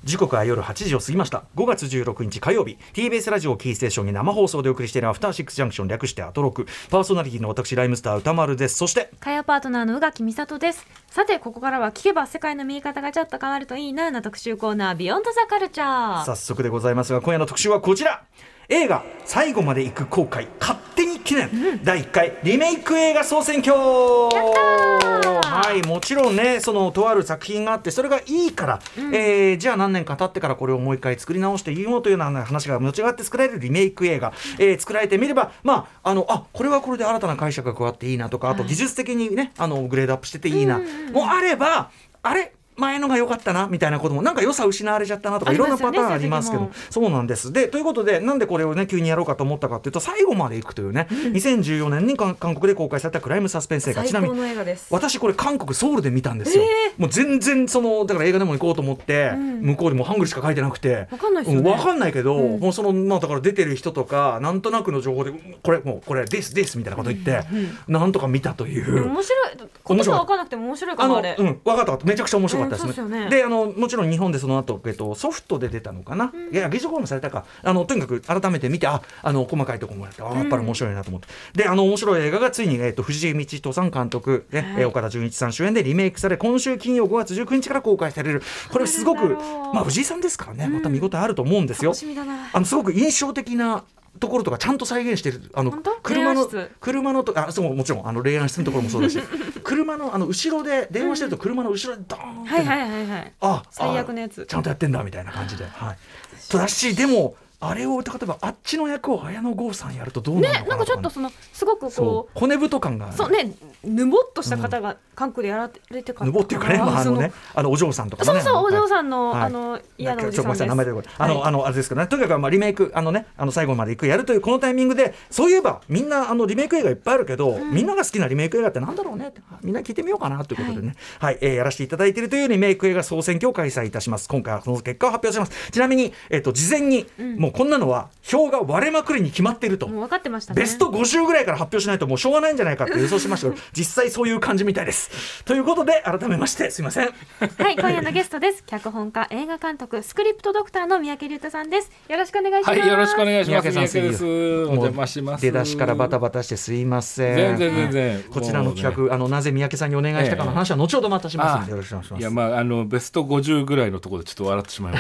時刻は夜8時を過ぎました。5月16日火曜日、 TBS ラジオキーステーションに生放送でお送りしているアフターシックスジャンクション、略してアトロク。パーソナリティの私ライムスター歌丸です。そして火曜パートナーの宇垣美里です。さてここからは聞けば世界の見え方がちょっと変わるといいな特集コーナー、ビヨンドザカルチャー。 早速でございますが、今夜の特集はこちら。映画最後まで行く後悔勝手に記念、第1回リメイク映画総選挙。はい、もちろんね、そのとある作品があってそれがいいから、じゃあ何年か経ってからこれをもう一回作り直していいよというような話が持ち上がって作られるリメイク映画、作られてみれば、これはこれで新たな解釈が加わっていいなとか、あと技術的にね、グレードアップしてていいな、もあれば、あれ前のが良かったなみたいなことも、なんか良さ失われちゃったなとか、いろんなパターンありますけど、そうなんです。でということで、なんでこれをね急にやろうかと思ったかというと、最後までいくというね、2014年に韓国で公開されたクライムサスペンス映画。ちなみに私これ韓国ソウルで見たんですよ。もう全然だから映画でも行こうと思って、向こうでもハングルしか書いてなくて分かんないですよね。 分かんないけど、もうだから出てる人とかなんとなくの情報でこれですみたいなこと言って、なんとか見たという。 面白い。言葉分かんなくても面白いかも。あれ分かった、めちゃくちゃ面白かったですね。でもちろん日本でその後、ソフトで出たのかな、いや劇場公演されたか、とにかく改めて見て、細かいところもやって、やっぱり面白いなと思って、で面白い映画がついに、藤井道人さん監督、岡田准一さん主演でリメイクされ、今週金曜5月19日から公開される。これすごく、藤井さんですからね、また見応えあると思うんですよ。 楽しみだな。 すごく印象的なところとかちゃんと再現してる。車のそうもちろん霊安室のところもそうだし車の後ろで電話してると、車の後ろでドーンって最悪のやつちゃんとやってんだみたいな感じで、だし、でもあれを例えばあっちの役を綾野剛さんやるとどうなるのかなとか、 なんかちょっとすごくこう骨太感がある。 そうね、ぬぼっとした方が韓国でやられてから、 ぬぼっていうかね、お嬢さんとかね、 そうお嬢さんの嫌なおじさんです。 名前出てこない。あれですけどね、とにかくリメイク最後までいくやるというこのタイミングで、そういえばみんなリメイク映画いっぱいあるけど、みんなが好きなリメイク映画ってなんだろうねって、みんな聞いてみようかなということでね、やらせていただいているというリメイク映画総選挙を開催いたします。今回はその結果を発表します。ちなみに、事前に、もうこんなのは票が割れまくりに決まっていると、 もう分かってましたね。 ベスト50ぐらいから発表しないともうしょうがないんじゃないかって予想しましたけど実際そういう感じみたいです。ということで改めましてすいません。 はい、今夜のゲストです。脚本家、映画監督、スクリプトドクターの三宅龍太さんです。よろしくお願いします。 はい、よろしくお願いします。 三宅さんです。お邪魔します。 出だしからバタバタしてすいません。 全然こちらの企画、なぜ三宅さんにお願いしたかの話は後ほどまたしますので、よろしくお願いします。 いや、ベスト50ぐらいのところでちょっと笑ってしまいました。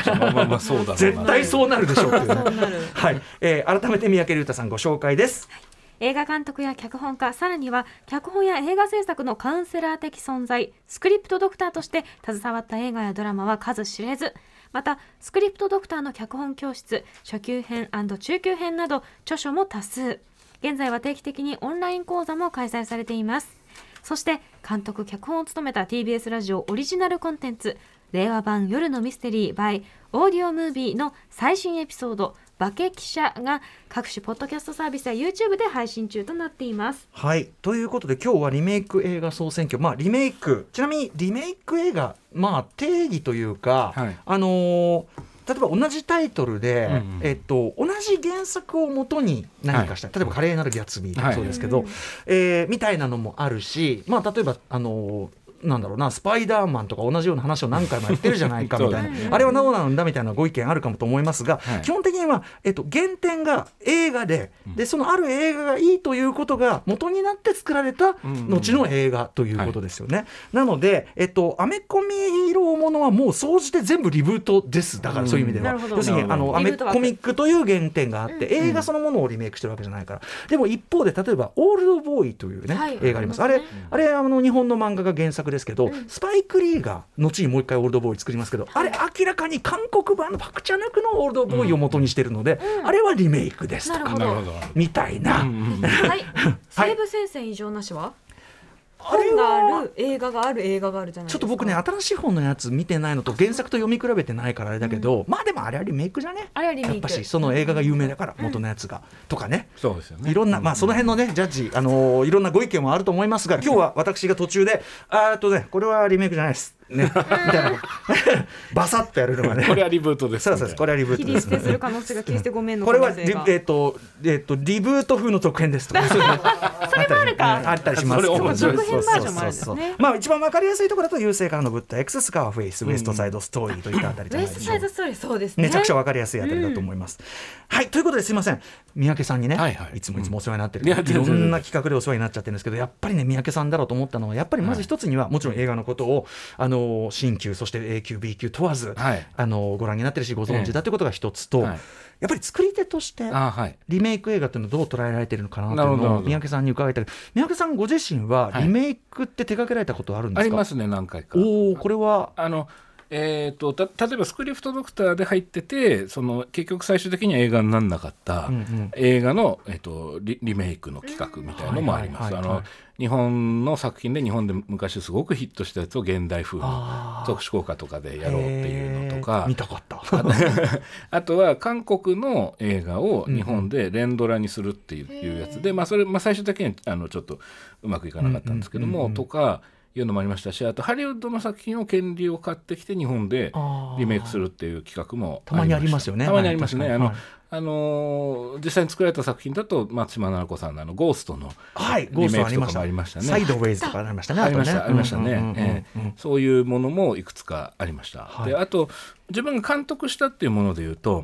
そうだろうな絶対そうなるでしょうっていうね。はい、改めて三宅龍太さんご紹介です。 映画監督や脚本家、さらには脚本や映画制作のカウンセラー的存在、スクリプトドクターとして携わった映画やドラマは数知れず、またスクリプトドクターの脚本教室、初級編&中級編など著書も多数。現在は定期的にオンライン講座も開催されています。そして監督脚本を務めた TBS ラジオオリジナルコンテンツ、令和版夜のミステリー by オーディオムービーの最新エピソード化け記者が各種ポッドキャストサービスや YouTube で配信中となっています。 はい、ということで今日はリメイク映画総選挙、リメイク、ちなみにリメイク映画、定義というか、例えば同じタイトルで、同じ原作をもとに何かした、例えば華麗なるギャツビーとかそうですけど、みたいなのもあるし、例えばなんだろうな、スパイダーマンとか同じような話を何回も言ってるじゃないかみたいなあれはどうなんだみたいなご意見あるかもと思いますが、基本的には、原点が映画で、そのある映画がいいということが元になって作られた後の映画ということですよね。なので、アメコミヒーローものはもう総じて全部リブートです。だからそういう意味では、要するにアメコミックという原点があって、映画そのものをリメイクしてるわけじゃないから。でも一方で例えばオールドボーイというね、映画あります。あれ日本の漫画が原作ですけど、スパイク・リーが後にもう一回オールドボーイ作りますけど、あれ明らかに韓国版のパクチャヌクのオールドボーイを元にしてるので、あれはリメイクですとかみたいな。 西部戦線異常なしは本がある映画がある映画があるじゃないですか。 ちょっと僕ね、新しい本のやつ見てないのと原作と読み比べてないからあれだけど、でもあれはリメイクじゃね。 あれはリメイク、 やっぱしその映画が有名だから元のやつが、とかね。 そうですよね。 いろんな、その辺のねジャッジ、いろんなご意見もあると思いますが、今日は私が途中でこれはリメイクじゃないです、 ねみたいなバサッとやるのがねこれはリブートです、 そうこれはリブートです、 切り捨てする可能性が切り捨てごめんのこれは可能性がリブート風の続編ですとかそれもあるかあったりしますけど、 それ面白い続編バージョンもあるんですね。 まあ一番わかりやすいところだと優勢からの物体 X スカーフェイス、ウエストサイドストーリーといったあたりじゃウエないでしょうか。 ストサイドストーリーそうですね。 めちゃくちゃわかりやすいあたりだと思います、はいということですいません三宅さんにね、 はいはい、 いつもお世話になってる、 いやいろんな企画でお世話になっちゃってるんですけど、やっぱりね三宅さんだろうと思ったのはやっぱりまず一つには、もちろん映画のことを新旧そして A 級 B 級問わず、ご覧になってるしご存知だということが一つと、やっぱり作り手としてリメイク映画っていうのをどう捉えられているのかなというのを三宅さんに伺いたい。三宅さんご自身はリメイクって手掛けられたことあるんですか？ ありますね、何回か。 これは例えばスクリプトドクターで入ってて結局最終的には映画にならなかった、映画の、リメイクの企画みたいなのもあります。日本の作品で日本で昔すごくヒットしたやつを現代風の特殊効果とかでやろうっていうのとか、 見たかったあとは韓国の映画を日本で連ドラにするっていうやつで、それ、最終的にはちょっとうまくいかなかったんですけども、とかいうのもありましたし、あとハリウッドの作品を権利を買ってきて日本でリメイクするっていう企画もたまにありますよね。 たまにありますね。実際に作られた作品だと松島菜々子さんのゴーストのリメイクとかもありましたね。 サイドウェイズとかありましたね。 ありましたね。そういうものもいくつかありました。であと自分が監督したっていうものでいうと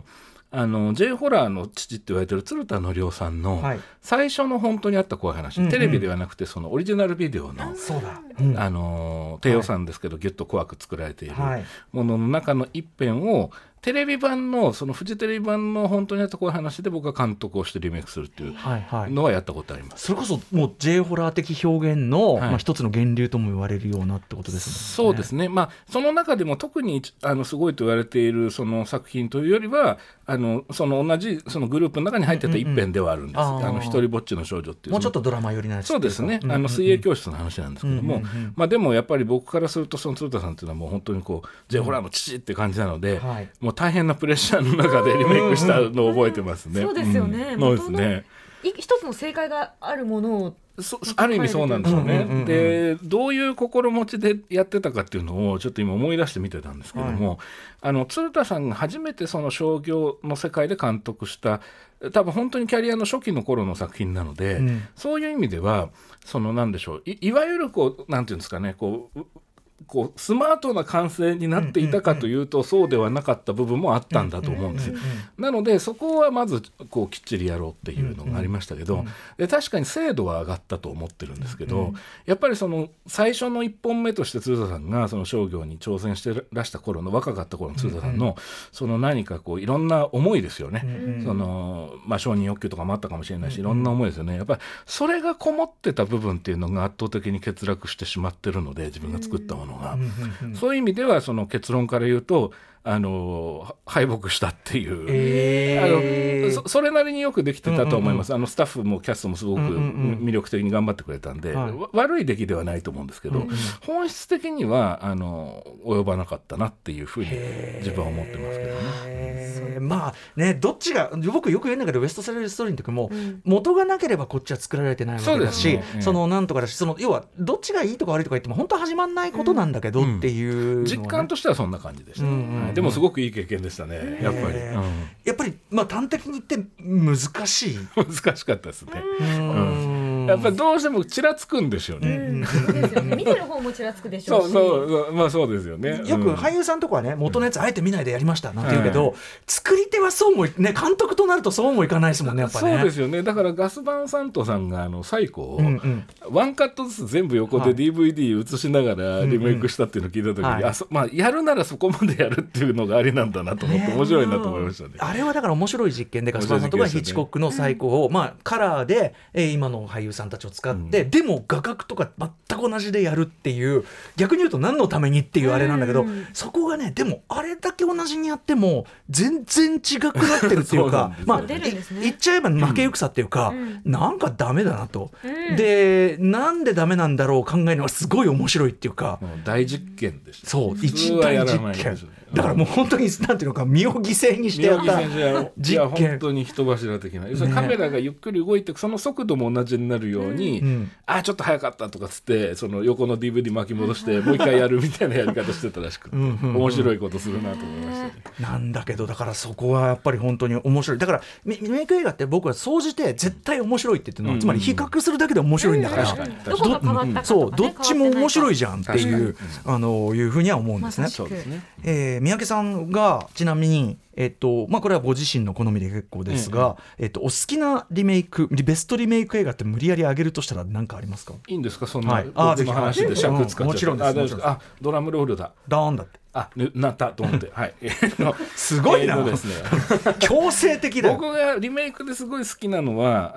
J ホラーの父って言われてる鶴田紀夫さんの最初の本当にあった怖い話、テレビではなくてそのオリジナルビデオの低予算ですけどギュッと怖く作られているものの中の一編をテレビ版のそのフジテレビ版の本当にあった怖い話で僕が監督をしてリメイクするっていうのはやったことあります。 それこそもう J ホラー的表現の、一つの源流とも言われるようなってことですね。 そうですね。その中でも特にすごいと言われているその作品というよりはその同じそのグループの中に入ってた一編ではあるんです。一人ぼっちの少女っていうもうちょっとドラマ寄りなやつ。 そうですね。水泳教室の話なんですけども、でもやっぱり僕からするとその鶴田さんっていうのはもう本当にこう J ホラーの父って感じなので、もう大変なプレッシャーの中でリメイクしたのを覚えてますね。 そうですよね。 そうですね。 一つの正解があるものをある意味そうなんですよね。でどういう心持ちでやってたかっていうのをちょっと今思い出して見てたんですけども、鶴田さんが初めてその商業の世界で監督した多分本当にキャリアの初期の頃の作品なので、そういう意味ではなんでしょう、いわゆるなんていうんですかね、スマートな完成になっていたかというとそうではなかった部分もあったんだと思うんですよ。なのでそこはまずきっちりやろうっていうのがありましたけど、で確かに精度は上がったと思ってるんですけど、やっぱり最初の1本目として鶴田さんがその商業に挑戦してらした頃の若かった頃の鶴田さんの何かいろんな思いですよね。承認欲求とかもあったかもしれないし、いろんな思いですよね。やっぱりそれがこもってた部分っていうのが圧倒的に欠落してしまってるので、自分が作ったものがそういう意味ではその結論から言うと敗北したっていう、それなりによくできてたと思います。スタッフもキャストもすごく魅力的に頑張ってくれたんで、悪い出来ではないと思うんですけど、本質的には及ばなかったなっていうふうに自分は思ってますけどね。どっちが僕よく言うんだけどウエストサイドストーリーの時も、元がなければこっちは作られてないわけだし、なんとかだし要はどっちがいいとか悪いとか言っても本当は始まんないことなんだけどっていう、 実感としてはそんな感じでした。でもすごくいい経験でしたね。やっぱり端的に言って難しい難しかったですね。やっぱりどうしてもちらつくんですよね。 見てる方もちらつくでしょうし。 そうですよね。 よく俳優さんとかはね、元のやつあえて見ないでやりましたなんて言うけど、作り手はそうもね、監督となるとそうもいかないですもんね、やっぱね。 そうですよね。だからガスバンサントさんがサイコをワンカットずつ全部横で DVD 映しながらリメイクしたっていうのを聞いた時に、やるならそこまでやるっていうのがありなんだなと思って面白いなと思いましたね。 あれはだから面白い実験で、ガスバンサントがヒッチコックのサイコをカラーで今の俳優さんたちを使って、でも画角とか全く同じでやるっていう、逆に言うと何のためにっていうあれなんだけど、そこがね、でもあれだけ同じにやっても全然違くなってるっていうか言っちゃえば負けゆくさっていうか、なんかダメだなと、でなんでダメなんだろう考えるのがすごい面白いっていうか、 大実験でした。 そう、一大実験。 だからもう本当になんていうのか身を犠牲にしてやった実験。 本当に人柱的な、要するにカメラがゆっくり動いてその速度も同じになるように、ちょっと早かったとかつってその横の DVD 巻き戻してもう一回やるみたいなやり方してたらしくて面白いことするなと思いましたね。 なんだけどだからそこはやっぱり本当に面白い。だからリメイク映画って僕は総じて絶対面白いって言ってるのは、つまり比較するだけで面白いんだから、 どこが変わったかとかね、 そうどっちも面白いじゃんっていう、いうふうには思うんですね。 そうですね。 三宅さんがちなみにこれはご自身の好みで結構ですが、お好きなリメイクベストリメイク映画って無理やり上げるとしたら何かありますか？ いいんですかそんな僕の話で尺使っちゃって。 もちろんです。 ドラムロールだ。 ダーンだって。 なったと思ってはいすごいなですね強制的だよ。 僕がリメイクですごい好きなのは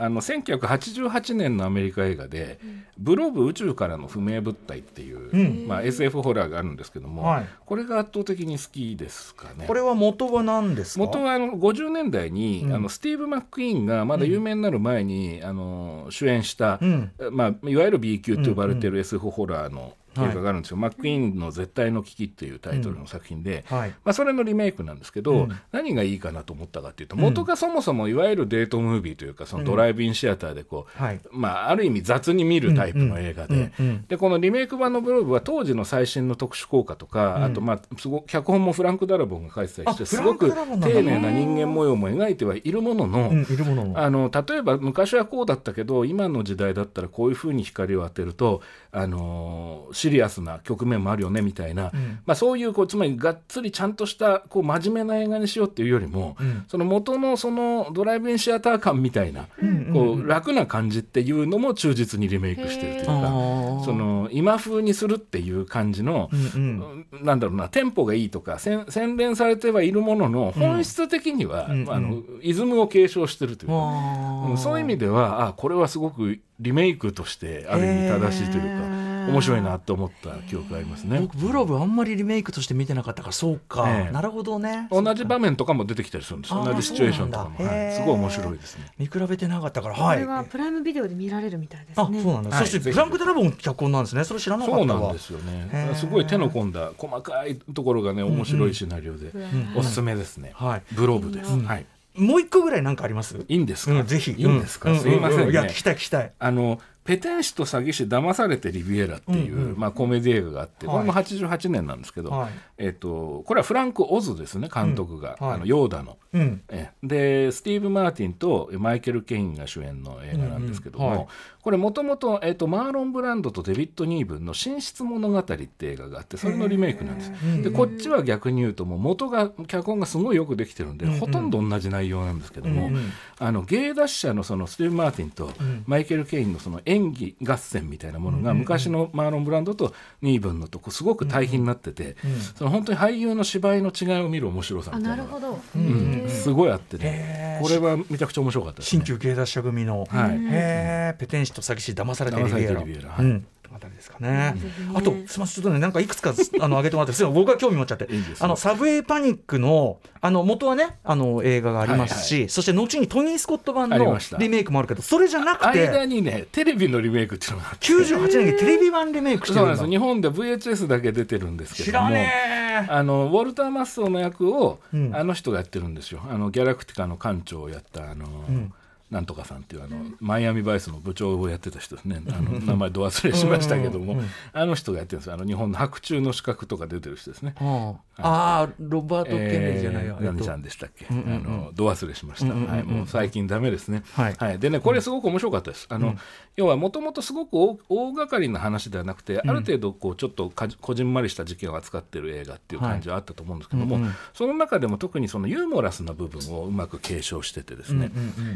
1988年のアメリカ映画で、ブロブ宇宙からの不明物体っていう、SF ホラーがあるんですけども、これが圧倒的に好きですかね。 これは元は何ですか？ 元は50年代に、スティーブ・マック・イーンがまだ有名になる前に、主演した、いわゆる B 級と呼ばれている SF ホラーの映画があるんですよ。マック・イーンの絶対の危機っていうタイトルの作品で、それのリメイクなんですけど、何がいいかなと思ったかっていうと、元がそもそもいわゆるデートムービーというかそのドライブインシアターである意味雑に見るタイプの映画で、でこのリメイク版のブロブは当時の最新の特殊効果とか、あとすごく脚本もフランク・ダラボンが書いてたりして、すごく丁寧な人間模様も描いてはいるものの、例えば昔はこうだったけど今の時代だったらこういうふうに光を当てるとシリアスな局面もあるよねみたいな、そういうつまりがっつりちゃんとした真面目な映画にしようっていうよりも、その元のそのドライブインシアター感みたいな、楽な感じっていうのも忠実にリメイクしてるというか、その今風にするっていう感じの、なんだろうな、テンポがいいとか洗練されてはいるものの本質的には、イズムを継承してるというか、そういう意味ではこれはすごくリメイクとしてある意味正しいというか面白いなと思った記憶がありますね。 僕ブロブあんまりリメイクとして見てなかったから、そうか、なるほどね。 同じ場面とかも出てきたりするんです。同じシチュエーションとかも、すごい面白いですね。 見比べてなかったから、 これはプライムビデオで見られるみたいですね。 そうなんだ。そしてフランク・ダラボン脚本なんですね。それ知らなかったわ。 そうなんですよね。すごい手の込んだ細かいところがね面白いシナリオでおすすめですね。ブロブです。 もう一個ぐらい何かあります？ いいんですか？ ぜひ。 いいんですか？すいませんね。 いや聞きたい。 ペテン師と詐欺師騙されてリビエラっていう、コメディ映画があって、これも88年なんですけど、これはフランク・オズですね、監督が、ヨーダの、でスティーブ・マーティンとマイケル・ケインが主演の映画なんですけども、これもともとマーロン・ブランドとデビッド・ニーブンの寝室物語って映画があって、それのリメイクなんです。でこっちは逆に言うともう元が脚本がすごいよくできてるんで、ほとんど同じ内容なんですけども、芸達者のそのスティーブ・マーティンとマイケル・ケインのその演技合戦みたいなものが昔のマーロン・ブランドとニーブンのとこすごく対比になってて、その本当に俳優の芝居の違いを見る面白さみたいなのがすごいあってね、これはめちゃくちゃ面白かったですね。 新旧芸達者組の、ペテン師と詐欺師騙されてリビエラ、あたりですかね。あとすみません、ちょっとねなんかいくつか挙げてもらって、僕が興味持っちゃって、サブウェイパニックの元はね映画がありますし、そして後にトニー・スコット版のリメイクもあるけど、それじゃなくて間にねテレビのリメイクっていうのがあって、 98年にテレビ版リメイクしてるんだ。 そうなんです。日本で VHS だけ出てるんですけども、 知らねウォルター・マッソーの役を、あの人がやってるんですよ。ギャラクティカの館長をやったなんとかさんっていうマイアミバイスの部長をやってた人ですね。名前ど忘れしましたけども、あの人がやってるんですよ。日本の白昼の刺客とか出てる人ですね。 ロバート・ケネディじゃないよ、 何ちゃんでしたっけ、ど忘れしました。もう最近ダメですね。でね、これすごく面白かったです。要はもともとすごく大掛かりな話ではなくて、ある程度ちょっとこじんまりした事件を扱ってる映画っていう感じはあったと思うんですけども、その中でも特にそのユーモラスな部分をうまく継承しててですね、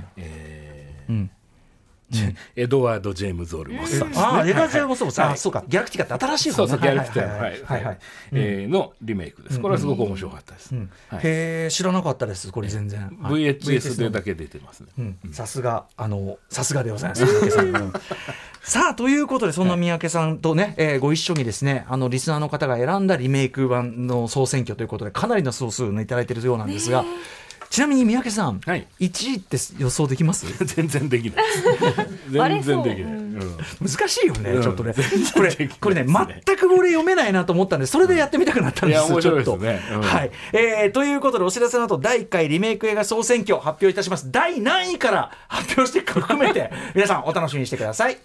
エドワード・ジェームズ・オルモスさんですね。 エドワード・ジェームズ・オルモスさん、そうか、ギャラクティカって新しい方ね。 そう、ギャラクティカのリメイクです。これはすごく面白かったです。 知らなかったです、これ全然。 VHS でだけ出てますね。 さすがでございます、三宅さん。さあということで、そんな三宅さんとね、ご一緒にですね、リスナーの方が選んだリメイク版の総選挙ということで、かなりの総数をいただいているようなんですが、ちなみに三宅さん、1位って予想できます？ 全然できない。全然できない。 難しいよね、ちょっとねこれね全く俺読めないなと思ったんで、それでやってみたくなったんです、 面白いですね。 はい、ということでお知らせの後第1回リメイク映画総選挙発表いたします。第何位から発表していくか含めて皆さんお楽しみにしてください。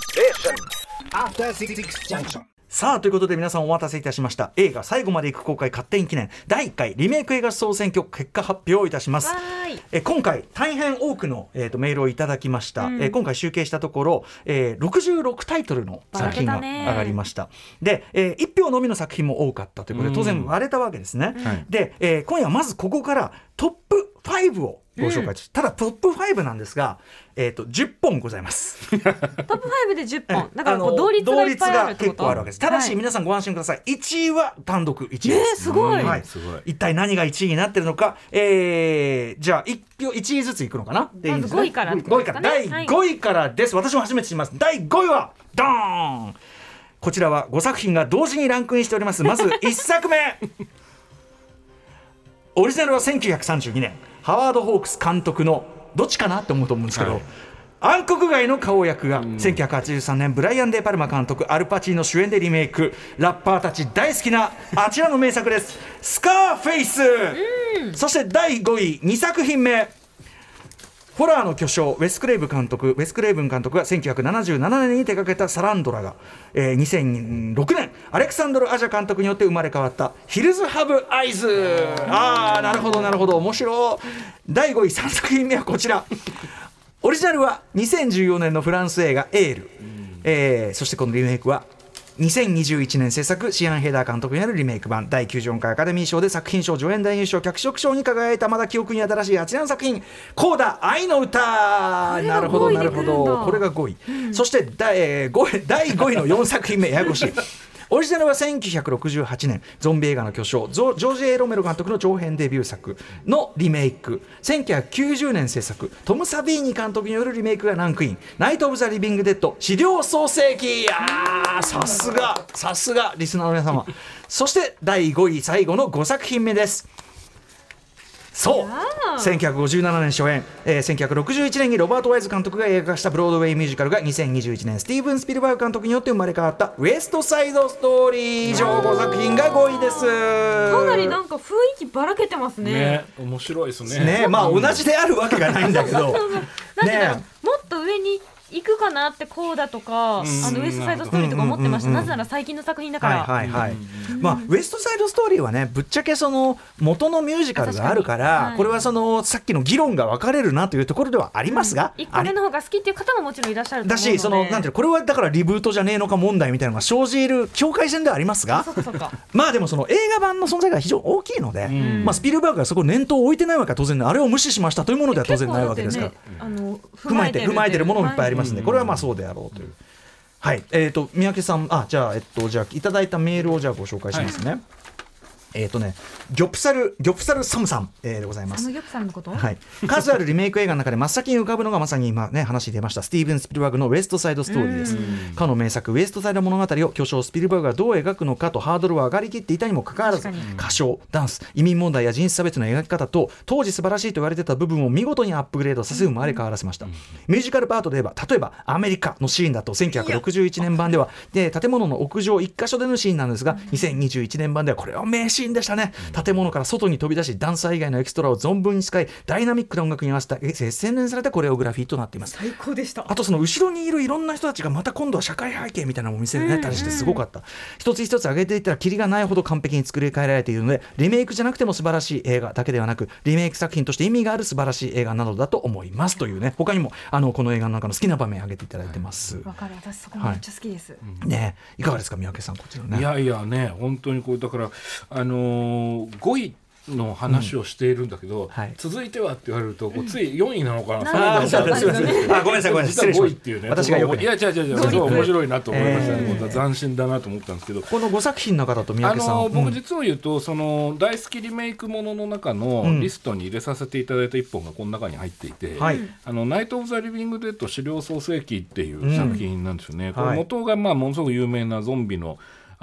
さあということで皆さんお待たせいたしました。映画最後まで行く公開勝手に記念第1回リメイク映画総選挙結果発表いたします。今回大変多くの、メールをいただきました、今回集計したところ、66タイトルの作品が上がりました。で、1票のみの作品も多かったということで当然割れたわけですね。で、今夜はまずここからトップ5をご紹介、ただトップ5なんですが、10本ございますトップ5で10本だから同率がいっぱいあるってこと。 結構あるわけです。ただし、皆さんご安心ください。1位は単独1位です。 すごい、 一体何が1位になってるのか、じゃあ1位ずついくのかな。 まず5位から、 5位から第5位からです。私も初めて知ります。第5位はドーン。こちらは5作品が同時にランクインしております。まず1作目オリジナルは1932年ハワード・ホークス監督のどっちかなって思うと思うんですけど、暗黒街の顔役が1983年ブライアン・デ・パルマ監督アルパチーノ主演でリメイク、ラッパーたち大好きなあちらの名作ですスカーフェイス。そして第5位2作品目ホラーの巨匠ウェス・クレイブン監督が1977年に手掛けたサランドラが、2006年アレクサンドル・アジャ監督によって生まれ変わったヒルズ・ハブ・アイズ。なるほど面白い。第5位3作品目はこちらオリジナルは2014年のフランス映画エール、そしてこのリメイクは2021年制作シアン・ヘダー監督によるリメイク版第94回アカデミー賞で作品賞助演男優賞脚色賞に輝いたまだ記憶に新しいあちらの作品コーダ愛の歌。なるほどこれが5位、そして第5位の4作品目ややこしいオリジナルは1968年ゾンビ映画の巨匠ジョージ・エロメロ監督の長編デビュー作のリメイク、1990年制作トム・サビーニ監督によるリメイクがランクインナイト・オブ・ザ・リビング・デッド資料創世記。さすがリスナーの皆様そして第5位最後の5作品目です。そう1957年初演、1961年にロバート・ワイズ監督が映画化したブロードウェイミュージカルが2021年スティーブン・スピルバーグ監督によって生まれ変わったウエストサイドストーリー。以上5作品が5位です。 かなりなんか雰囲気ばらけてますね。 面白いですね。 まあ同じであるわけがないんだけどもっと上に行くかなってコーダとか、ウエストサイドストーリーとか思ってました。なぜなら最近の作品だから。ウエストサイドストーリーはねぶっちゃけその元のミュージカルがあるから、これはそのさっきの議論が分かれるなというところではありますが、 1個目の方が好きっていう方ももちろんいらっしゃると思うので、 だしそのなんていうこれはだからリブートじゃねえのか問題みたいなのが生じる境界線ではありますが、まあでもその映画版の存在が非常に大きいので、スピルバーグがそこに念頭を置いてないわけは当然あれを無視しましたというものでは当然ないわけですから、踏まえてるものもいっぱいありますので、これはまあそうであろうという。はい、三宅さん、じゃあいただいたメールをじゃあご紹介しますね。ギョプサルサムさん、でございます。 サムギョプサルのこと？ はい。数あるリメイク映画の中で真っ先に浮かぶのがまさに今ね話に出ましたスティーブン・スピルバーグのウエストサイドストーリーです。かの名作ウエストサイド物語を巨匠スピルバーグがどう描くのかとハードルは上がりきっていたにもかかわらず、歌唱、ダンス、移民問題や人種差別の描き方と当時素晴らしいと言われてた部分を見事にアップグレードさせ生まれ変わらせました。ミュージカルパートで言えば例えばアメリカのシーンだと1961年版では建物の屋上1箇所でのシーンなんですが、2021年版ではこれは名シーンでしたね。建物から外に飛び出しダンサー以外のエキストラを存分に使いダイナミックな音楽に合わせた洗練されたコレオグラフィーとなっています。 最高でした。 あとその後ろにいるいろんな人たちがまた今度は社会背景みたいなのを見せたりしてすごかった。一つ一つ上げていったらキリがないほど完璧に作り変えられているので、リメイクじゃなくても素晴らしい映画だけではなくリメイク作品として意味がある素晴らしい映画なのだと思いますというね。他にもこの映画の中の好きな場面挙げていただいてます。 わかる、私そこめっちゃ好きです。 ね、いかがですか三宅さんこちらね。 いやね本当にこうだから5位の話をしているんだけど、続いてはって言われるとつい4位なのかな、 ごめんなさい失礼しました。私がよくいや違う面白いなと思いましたね。斬新だなと思ったんですけど、 この5作品の方と三宅さん、 僕実を言うとその大好きリメイクものの中のリストに入れさせていただいた1本がこの中に入っていて、ナイト・オブ・ザ・リビング・デッド資料創世記っていう作品なんですよね。これ元がものすごく有名なゾンビの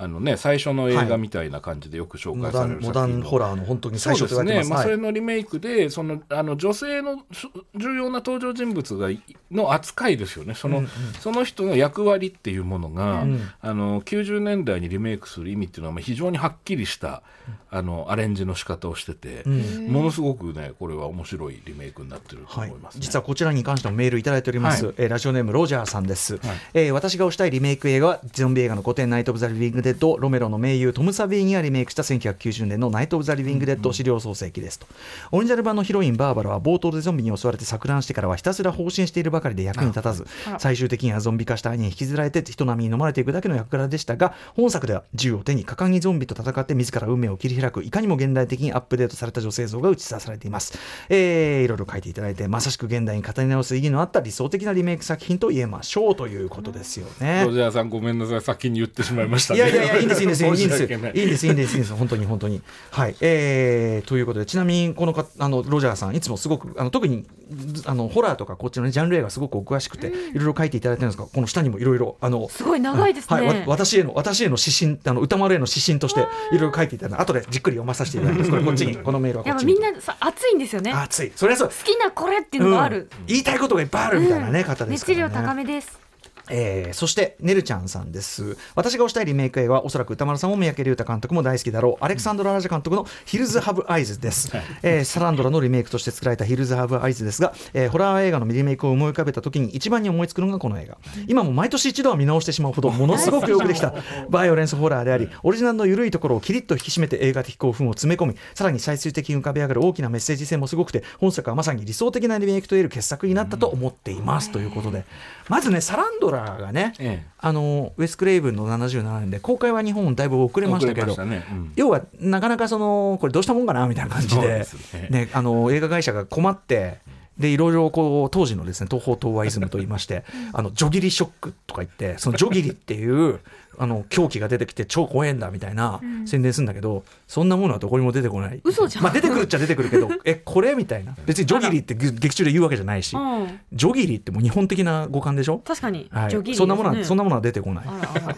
最初の映画みたいな感じでよく紹介されるモダンホラーの本当に最初と言われてます。 それのリメイクで女性の重要な登場人物の扱いですよね。その人の役割っていうものが、90年代にリメイクする意味っていうのは非常にはっきりしたアレンジの仕方をしてて、ものすごくねこれは面白いリメイクになってると思います、 実はこちらに関してもメールいただいております、ラジオネームロジャーさんです、私が推したいリメイク映画はゾンビ映画の古典ナイト・オブ・ザ・リビング・デッド、ロメロの名優トム・サビーニがリメイクした1990年のナイト・オブ・ザ・リビング・デッド資料創世記ですと。オリジナル版のヒロインバーバラは冒頭でゾンビに襲われて錯乱してからはひたすら放心しているばかりで役に立たず、最終的にはゾンビ化した兄に引きずられて人並みに飲まれていくだけの役柄でしたが、本作では銃を手に果敢にゾンビと戦って自ら運命を切り開くいかにも現代的にアップデートされた女性像が映し出されています。いろいろ書いていただいて、まさしく現代に語り直す意義のあった理想的なリメイク作品と言えましょうということですよね。 ロジャーさんごめんなさい、先に言ってしまいましたね。 いやいいんです本当にはい、ということで、ちなみにこのロジャーさんいつもすごく特にホラーとかこっちの、ジャンル映画すごくお詳しくていろいろ書いていただいてるんですが、この下にもいろいろすごい長いですね、 私への指針歌丸への指針としていろいろ書いていただいて、後でじっくり読まさせていただきます。これこっちにこのメールはこっちに。 みんな熱いんですよね。 熱い、それはそう、 好きなこれっていうのがある、 言いたいことがいっぱいあるみたいなね、方ですからね。 熱量高めです。 そしてねるちゃんさんです。私が推したいリメイク映画はおそらく歌丸さんも三宅龍太監督も大好きだろうアレクサンドラ・ラジャ監督のヒルズ・ハブ・アイズです、サランドラのリメイクとして作られたヒルズ・ハブ・アイズですが、ホラー映画のリメイクを思い浮かべた時に一番に思いつくのがこの映画。今も毎年一度は見直してしまうほどものすごくよくできたバイオレンスホラーであり、オリジナルの緩いところをキリッと引き締めて映画的興奮を詰め込み、さらに最終的に浮かび上がる大きなメッセージ性もすごくて、本作はまさに理想的なリメイクといえる傑作になったと思っています、ということで、まずねサランドラがね、ウェス・クレイブンの77年で公開は日本だいぶ遅れましたけど、要はなかなかこれどうしたもんかなみたいな感じで、映画会社が困ってでいろいろこう当時のですね東宝東和イズムといいましてジョギリショックとか言って、そのジョギリっていう狂気が出てきて超怖えんだみたいな宣伝するんだけど、そんなものはどこにも出てこない。 嘘じゃん。 出てくるっちゃ出てくるけどこれみたいな、別にジョギリって劇中で言うわけじゃないし、ジョギリってもう日本的な語感でしょ。 確かに、 ジョギリそんなものは出てこない。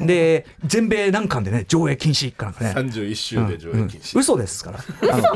で全米何巻でね上映禁止かなんかね、 31週で上映禁止、 嘘ですから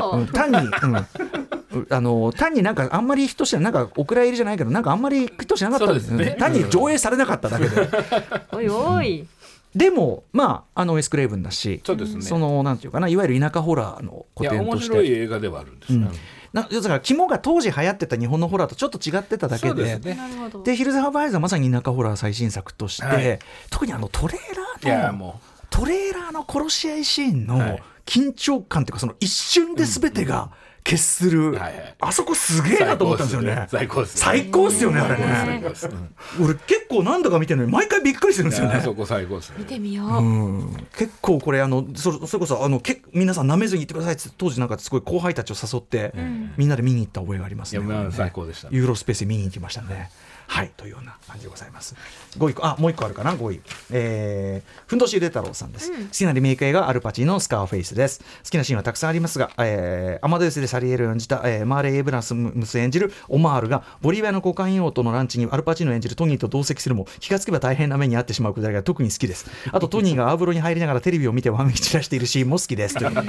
単になんかあんまりヒットしてなんかお蔵入りじゃないけど、なんかあんまりヒットしなかったんですね。単に上映されなかっただけでおいおい、 でもウェス・クレイブンだし、 そうですね、 なんていうかな、いわゆる田舎ホラーの古典として面白い映画ではあるんですね、 だから肝が当時流行ってた日本のホラーとちょっと違ってただけ でヒルズ・ハブ・アイズはまさに田舎ホラー最新作として、特にトレーラーの殺し合いシーンの緊張感というか、その一瞬で全てが決する、あそこすげえなと思ったんですよね。最高っすよねあれね。俺結構何度か見てるのに毎回びっくりするんですよね。 そこ最高ですね。 見てみよう。 結構これそれこそ皆さん舐めずに行ってくださいって当時なんかすごい後輩たちを誘って、みんなで見に行った覚えがありますね。 最高でしたね。 ユーロスペースに見に行きましたね。はいというような感じでございます。5位もう1個あるかな。5位、ふんどしゆで太郎さんです、好きなリメイク映画アルパチーノのスカーフェイスです。好きなシーンはたくさんありますが、アマデウスでサリエルを演じた、マーレイ・エブラスムス演じるオマールがボリビアのコカイン王とのランチにアルパチーノ演じるトニーと同席するも気がつけば大変な目に遭ってしまうくだりが特に好きです。あとトニーがアーブロに入りながらテレビを見てわめき散らしているシーンも好きですという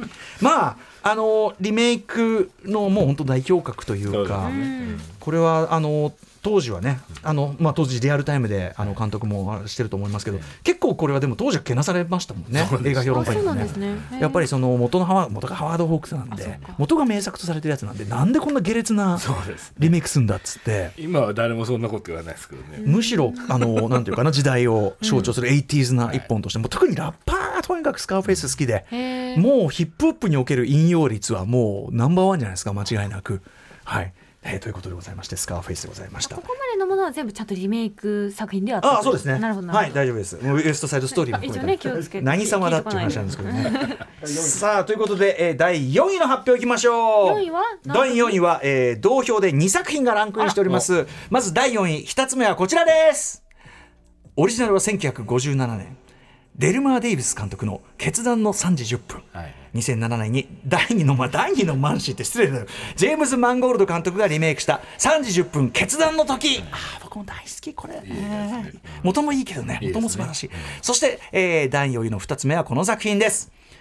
リメイクのもう本当代表格というか、これは当時はね当時リアルタイムで監督もしてると思いますけど、結構これはでも当時はけなされましたもんね、映画評論家にもね。やっぱり元がハワード・ホークスなんで、元が名作とされてるやつなんで、なんでこんな下劣なリメイクするんだっつって、 今は誰もそんなこと言わないですけどね。 むしろなんていうかな、時代を象徴する 80s な一本として、もう特にラッパーがとにかくスカーフェイス好きで、もうヒップホップにおける引用率はもうナンバーワンじゃないですか、間違いなく。はいということでございましてスカーフェイスでございました。 ここまでのものは全部ちゃんとリメイク作品ではあった。 そうですね。 なるほどはい、大丈夫です。ウエストサイドストーリーも含めて何様だっていう話なんですけどね。さあということで、第4位の発表いきましょう。第4位は、同票で2作品がランクインしております。まず第4位、2つ目はこちらです。オリジナルは1957年、 デルマー・デイビス監督の決断の3時10分、はい、2007年に第2のマンシーって失礼だよ、ジェームズ・マンゴールド監督がリメイクした3時10分決断の時、僕も大好きこれ、元もいいけどね、元も素晴らしい、そして、第4位の2つ目はこの作品です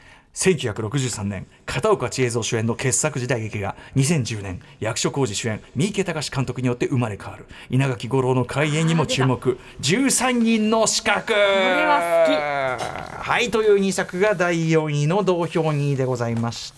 。1963年片岡千恵蔵主演の傑作時代劇が2010年役所広司主演三池崇史監督によって生まれ変わる。稲垣吾郎の開演にも注目。13人の資格、これは好き。はいという2作が第4位の同票2位でございました。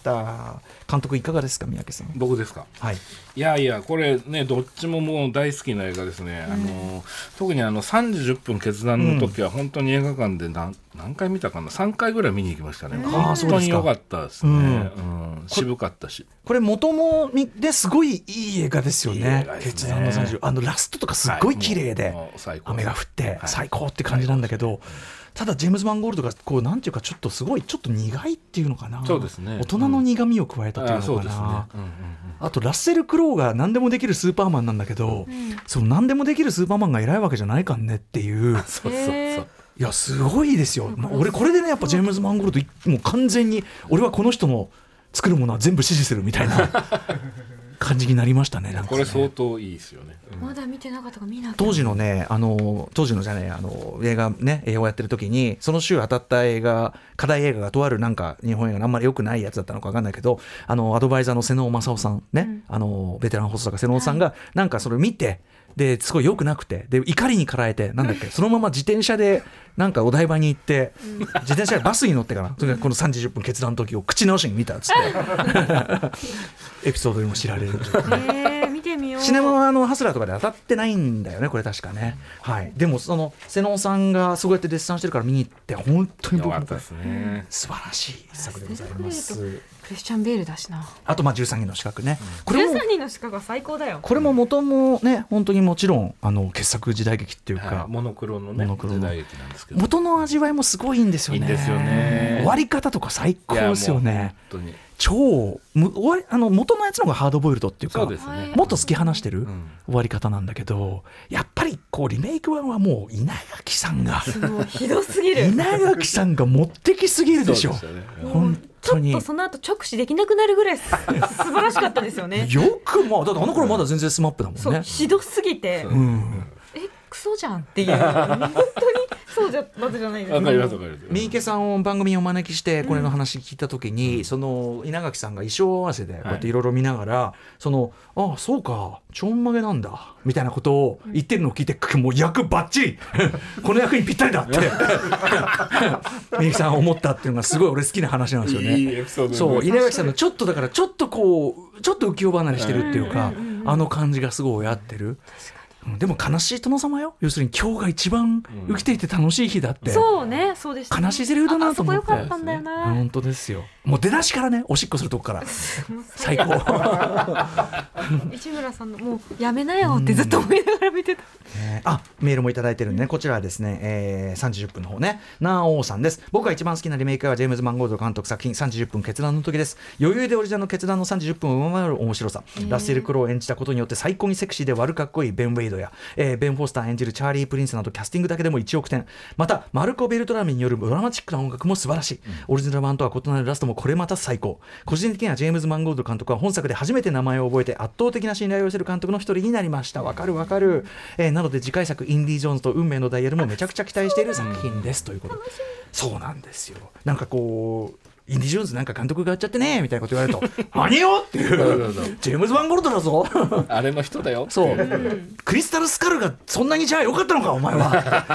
監督いかがですか、三宅さん。 僕ですか。 はい、 いやいやこれねどっちももう大好きな映画ですね、特に3時10分決断の時は本当に映画館で何回見たかな、3回ぐらい見に行きましたね。本当に良かったですね、渋かったし、 これ元もですごいいい映画ですよね。決断の30、ラストとかすっごい綺麗で、雨が降って最高って感じなんだけど、ただジェームズ・マンゴールドがこうなんていうかちょっと苦いっていうのかな、 そうですね、 大人の苦味を加えたっていうのかな、あとラッセル・クロウが何でもできるスーパーマンなんだけど、その何でもできるスーパーマンが偉いわけじゃないかんねっていう、 そういやすごいですよ、俺これでねやっぱジェームズ・マンゴールドもう完全に俺はこの人の作るものは全部支持するみたいな感じになりましたね。なんかねこれ相当いいですよね、 まだ見てなかったから見なきゃ。 当時のね映画ね映画をやってる時にその週当たった映画課題映画がとあるなんか日本映画あんまり良くないやつだったのか分かんないけど、アドバイザーの瀬能正夫さんね、ベテラン放送作家瀬能さんがなんかそれを見て、ですごい良くなくて、で怒りにかられてなんだっけそのまま自転車でなんかお台場に行って、自転車でバスに乗ってからとにかくこの3時10分決断の時を口直しに見たっつってエピソードでも知られる見てみよう。 シネマはハスラーとかで当たってないんだよねこれ確かね、はい、でもその瀬能さんがそうやって絶賛してるから見に行って本当に僕も素晴らしい作でございます。 クリスチャン・ベールだしな。 あと13人の資格ね、 これも13人の資格は最高だよ。 これも元もね本当にもちろん傑作時代劇っていうか、 モノクロのね時代劇なんですけど、 元の味わいもすごいんですよね。 いいんですよね。 終わり方とか最高ですよね。 本当に元のやつの方がハードボイルドっていうか、 そうですね、 もっと突き放してる終わり方なんだけど、やっぱりこうリメイク版はもう稲垣さんがひどすぎる。 稲垣さんが持ってきすぎるでしょ。本当にちょっとその後直視できなくなるぐらい素晴らしかったですよね。 よくだってあの頃まだ全然スマップだもんね。 そうひどすぎて、クソじゃんっていう本当にそうじゃわけじゃないですか。 わかりますわかります。 三池さんを番組にお招きしてこれの話聞いた時に、その稲垣さんが衣装合わせでこうやっていろいろ見ながら、あそうかちょんまげなんだみたいなことを言ってるのを聞いて、もう役バッチリこの役にぴったりだって三池さん思ったっていうのがすごい俺好きな話なんですよね。 いいエピソード。 そう稲垣さんのちょっと浮世離れしてるっていうか、あの感じがすごい合ってる。でも悲しい殿様よ。要するに今日が一番生きていて楽しい日だって、 そうね、そうでしたね。 悲しいセリフだなと思って。 あそこ良かったんだよな。 本当ですよ。もう出だしからね、おしっこするとこから最高市村さんのもうやめなよってずっと思いながら見てた、 メールもいただいてるんでね、こちらはですね、3時10分の方ね、なおさんです。僕が一番好きなリメイクはジェームズ・マンゴールド監督作品3時10分決断の時です。余裕でオリジナルの決断の3時10分を上回る面白さ、ラッセル・クロウを演じたことによって最高にセクシーで悪かっこいいベン・ウェイドや、ベン・フォスター演じるチャーリー・プリンスなどキャスティングだけでも1億点、またマルコ・ベルトラミによるドラマチックな音楽も素晴らしい、オリジナル版とは異なるラストもこれまた最高。個人的にはジェームズ・マンゴールド監督は本作で初めて名前を覚えて圧倒的な信頼を寄せる監督の一人になりました。わかるわかる、なので次回作インディ・ジョーンズと運命のダイヤルもめちゃくちゃ期待している作品ですということで、そうなんですよ。なんかこうインディ・ジョーンズなんか監督がやっちゃってねみたいなこと言われると何よっていうジェームズ・マンゴールドだぞあれの人だよ。 そう、クリスタル・スカルがそんなにじゃあよかったのかお前は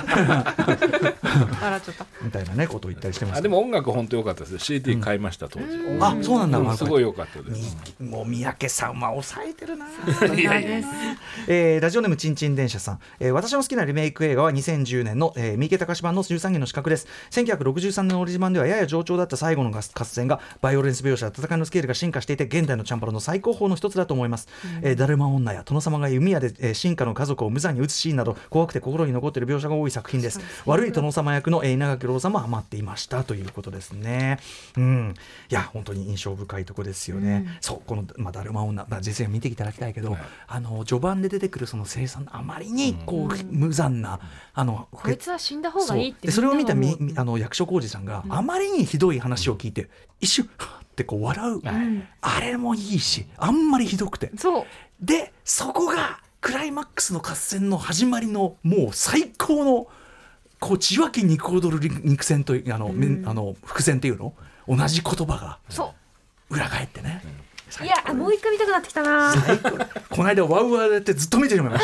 笑っちゃったみたいなねことを言ったりしてます。 でも音楽本当良かったです。 CD 買いました当時。 あ、そうなんだ。 すごい良かったです。 もう三宅さんは抑えてるな。 いやいやラジオネームちんちん電車さん、私の好きなリメイク映画は2010年の、三池崇史版の13人の資格です。1963年のオリジナル版ではやや冗長だった最後の合合戦がバイオレンス描写や戦いのスケールが進化していて現代のチャンバラの最高峰の一つだと思います。だるま女や殿様が弓矢で、進化の家族を無残に撃つシーンなど怖くて心に残っている描写が多い作品です。悪い殿様役の稲垣吾郎さんもハマっていましたということですね。いや本当に印象深いところですよね。そうこの、だるま女、実際見ていただきたいけど、序盤で出てくるその生産あまりにこう、無残なこいつは死んだ方がいいってそれを見た役所広司さんがあまりにひどい話を聞いて一瞬ってこう笑う、あれもいいしあんまりひどくてでそこがクライマックスの合戦の始まりのもう最高のこう血湧き肉踊る肉戦という伏線っていうの同じ言葉が裏返ってね。 いやもう一回見たくなってきたな。 この間ワウワウでってずっと見てしまいました、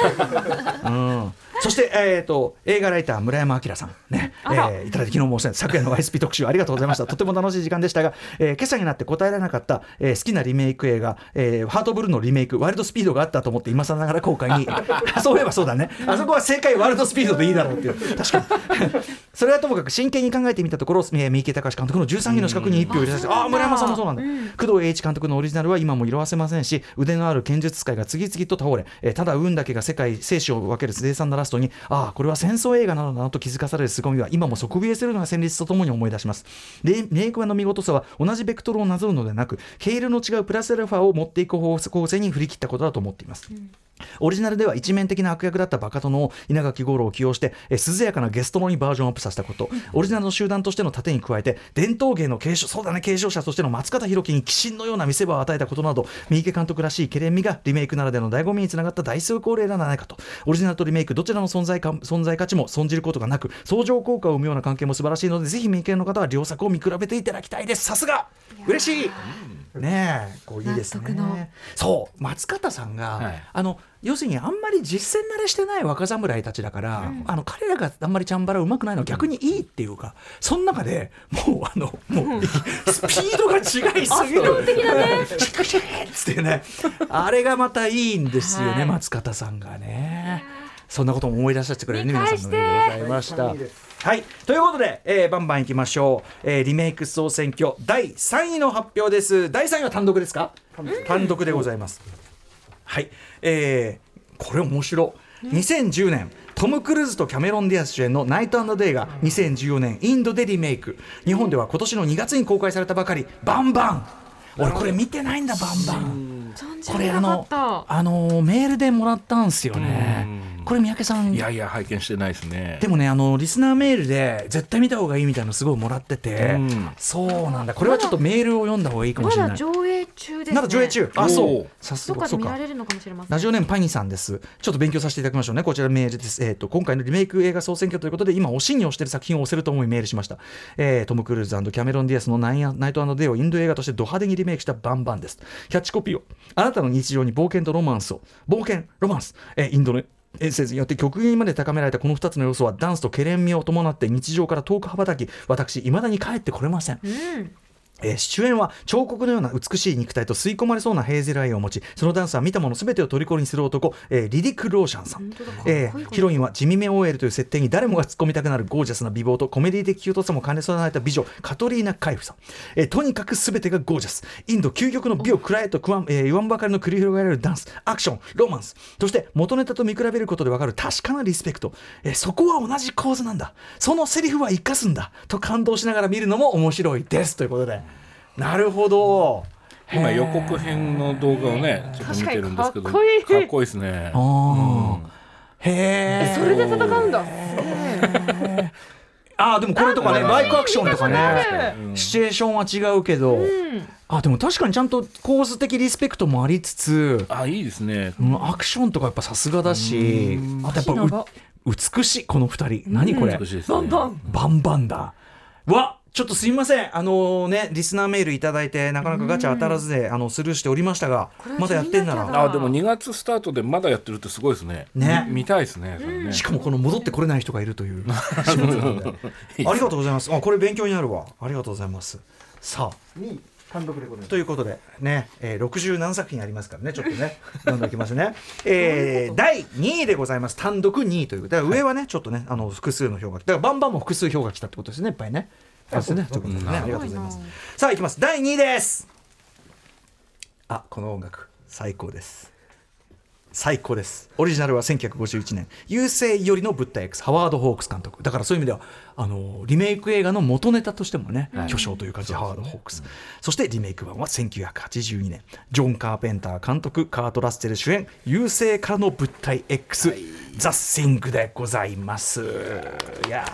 そして、映画ライター村山明さんね、いただいて昨日も昨夜の YSP 特集ありがとうございました。とても楽しい時間でしたが、今朝になって答えられなかった、好きなリメイク映画、ハートブルーのリメイクワイルドスピードがあったと思って今更ながら後悔にそういえばそうだね、あそこは正解ワイルドスピードでいいだろうっていう確かにそれはともかく真剣に考えてみたところ、三池崇史監督の13期の資格に1票入れさせて、村山さんもそうなんだ、工藤栄一監督のオリジナルは今も色褪せませんし、腕のある剣術使いが次々と倒れ、ただ運だけが生死を分ける凄惨なラストにこれは戦争映画なのだなと気づかされる凄みは今も底冷えするのが旋律とともに思い出します。リメイク版の見事さは同じベクトルをなぞるのではなく毛色の違うプラスアルファを持っていく方向性に振り切ったことだと思っています。オリジナルでは一面的な悪役だったバカ殿を稲垣吾郎を起用して涼やかなゲストのにバージョンアップさせたこと、オリジナルの集団としての盾に加えて伝統芸の継承者としての松方弘樹に鬼神のような見せ場を与えたことなど、三池監督らしいけれんみがリメイクならでの醍醐味につながった大成功例ではないかと。オリジナルとリメイクどちらの存在価値も損じることがなく相乗効果を生むような関係も素晴らしいので、ぜひ三池の方は両作を見比べていただきたいです。さすが嬉しいねえ、こういいですね。そう松方さんが、要するにあんまり実践慣れしてない若侍たちだから、彼らがあんまりチャンバラうまくないのは逆にいいっていうか、その中でもうスピードが違いすぎる圧倒的だねつってね、あれがまたいいんですよね、松方さんがね。そんなことも思い出させてくれるね、皆さんのでございました。はい、ということで、バンバンいきましょう。リメイク総選挙第3位の発表です。第3位は単独ですか？単独でございます。はい、これ面白い。2010年トム・クルーズとキャメロン・ディアス主演のナイト&デイが2014年インドでリメイク、日本では今年の2月に公開されたばかりバンバン。俺これ見てないんだ、バンバン。これメールでもらったんですよね。これ三宅さんいや拝見してないですね。 でもねリスナーメールで絶対見た方がいいみたいなのすごいもらってて、そうなんだ。これはちょっとメールを読んだ方がいいかもしれない。 まだ上映中ですね。 まだ上映中。そうさすが。 どっかで見られるのかもしれません。 ラジオネームパニさんです。ちょっと勉強させていただきましょうね。こちらメールです。今回のリメイク映画総選挙ということで今推しに推している作品を推せると思いメールしました。トム・クルーズ&キャメロン・ディアスのナイト&デイをインド映画としてド派手にリメイクしたバンバンです。キャッチコピーをあなたの日常に冒険とロマンスをインドのエッセンスによって極限にまで高められたこの2つの要素はダンスとケレン味を伴って日常から遠く羽ばたき、私未だに帰ってこれません。主演は彫刻のような美しい肉体と吸い込まれそうなヘーゼルアイを持ち、そのダンスは見たもの全てを虜にする男、リディク・ローシャンさん。ヒロインは地味め OL という設定に誰もが突っ込みたくなるゴージャスな美貌とコメディ的キュートさも兼ね備えた美女カトリーナ・カイフさん。とにかく全てがゴージャス。インド究極の美を喰らえと言わんばかりの繰り広げられるダンス、アクション、ロマンス、そして元ネタと見比べることで分かる確かなリスペクト。そこは同じ構図なんだ、そのセリフは生かすんだと感動しながら見るのも面白いですということで。なるほど。 今予告編の動画をねちょっと見てるんですけど、かっこいいですね。 へえ。 それで戦うんだ。 でもこれとかね、バイクアクションとかね、シチュエーションは違うけど、でも確かにちゃんと構図的リスペクトもありつつ、 いいですね。 アクションとかやっぱさすがだし、あとやっぱ美しいこの2人。何これ、バンバンだ。ちょっとすみません、リスナーメールいただいてなかなかガチャ当たらずでスルーしておりましたが、まだやってんなら。 でも2月スタートでまだやってるってすごいですね。見たいですね。 しかもこの戻ってこれない人がいるというありがとうございます。これ勉強になるわ。ありがとうございます。さあ単独でございますということでね、60何作品ありますからね、ちょっとねどんどんいきますね。第2位でございます。単独2位という。だから上はねちょっとね複数の票が、だからバンバンも複数票が来たってことですね、いっぱいね。 ですね。ということでね、ありがとうございます。さあいきます。第2位です。この音楽最高です。最高です。オリジナルは1951年優勢よりの物体 X ハワード・ホークス監督だから、そういう意味ではリメイク映画の元ネタとしてもね、巨匠という感じで、ハワード・ホークス、そしてリメイク版は1982年ジョン・カーペンター監督、カート・ラッセル主演、優勢からの物体 X、ザ・シングでございます。いや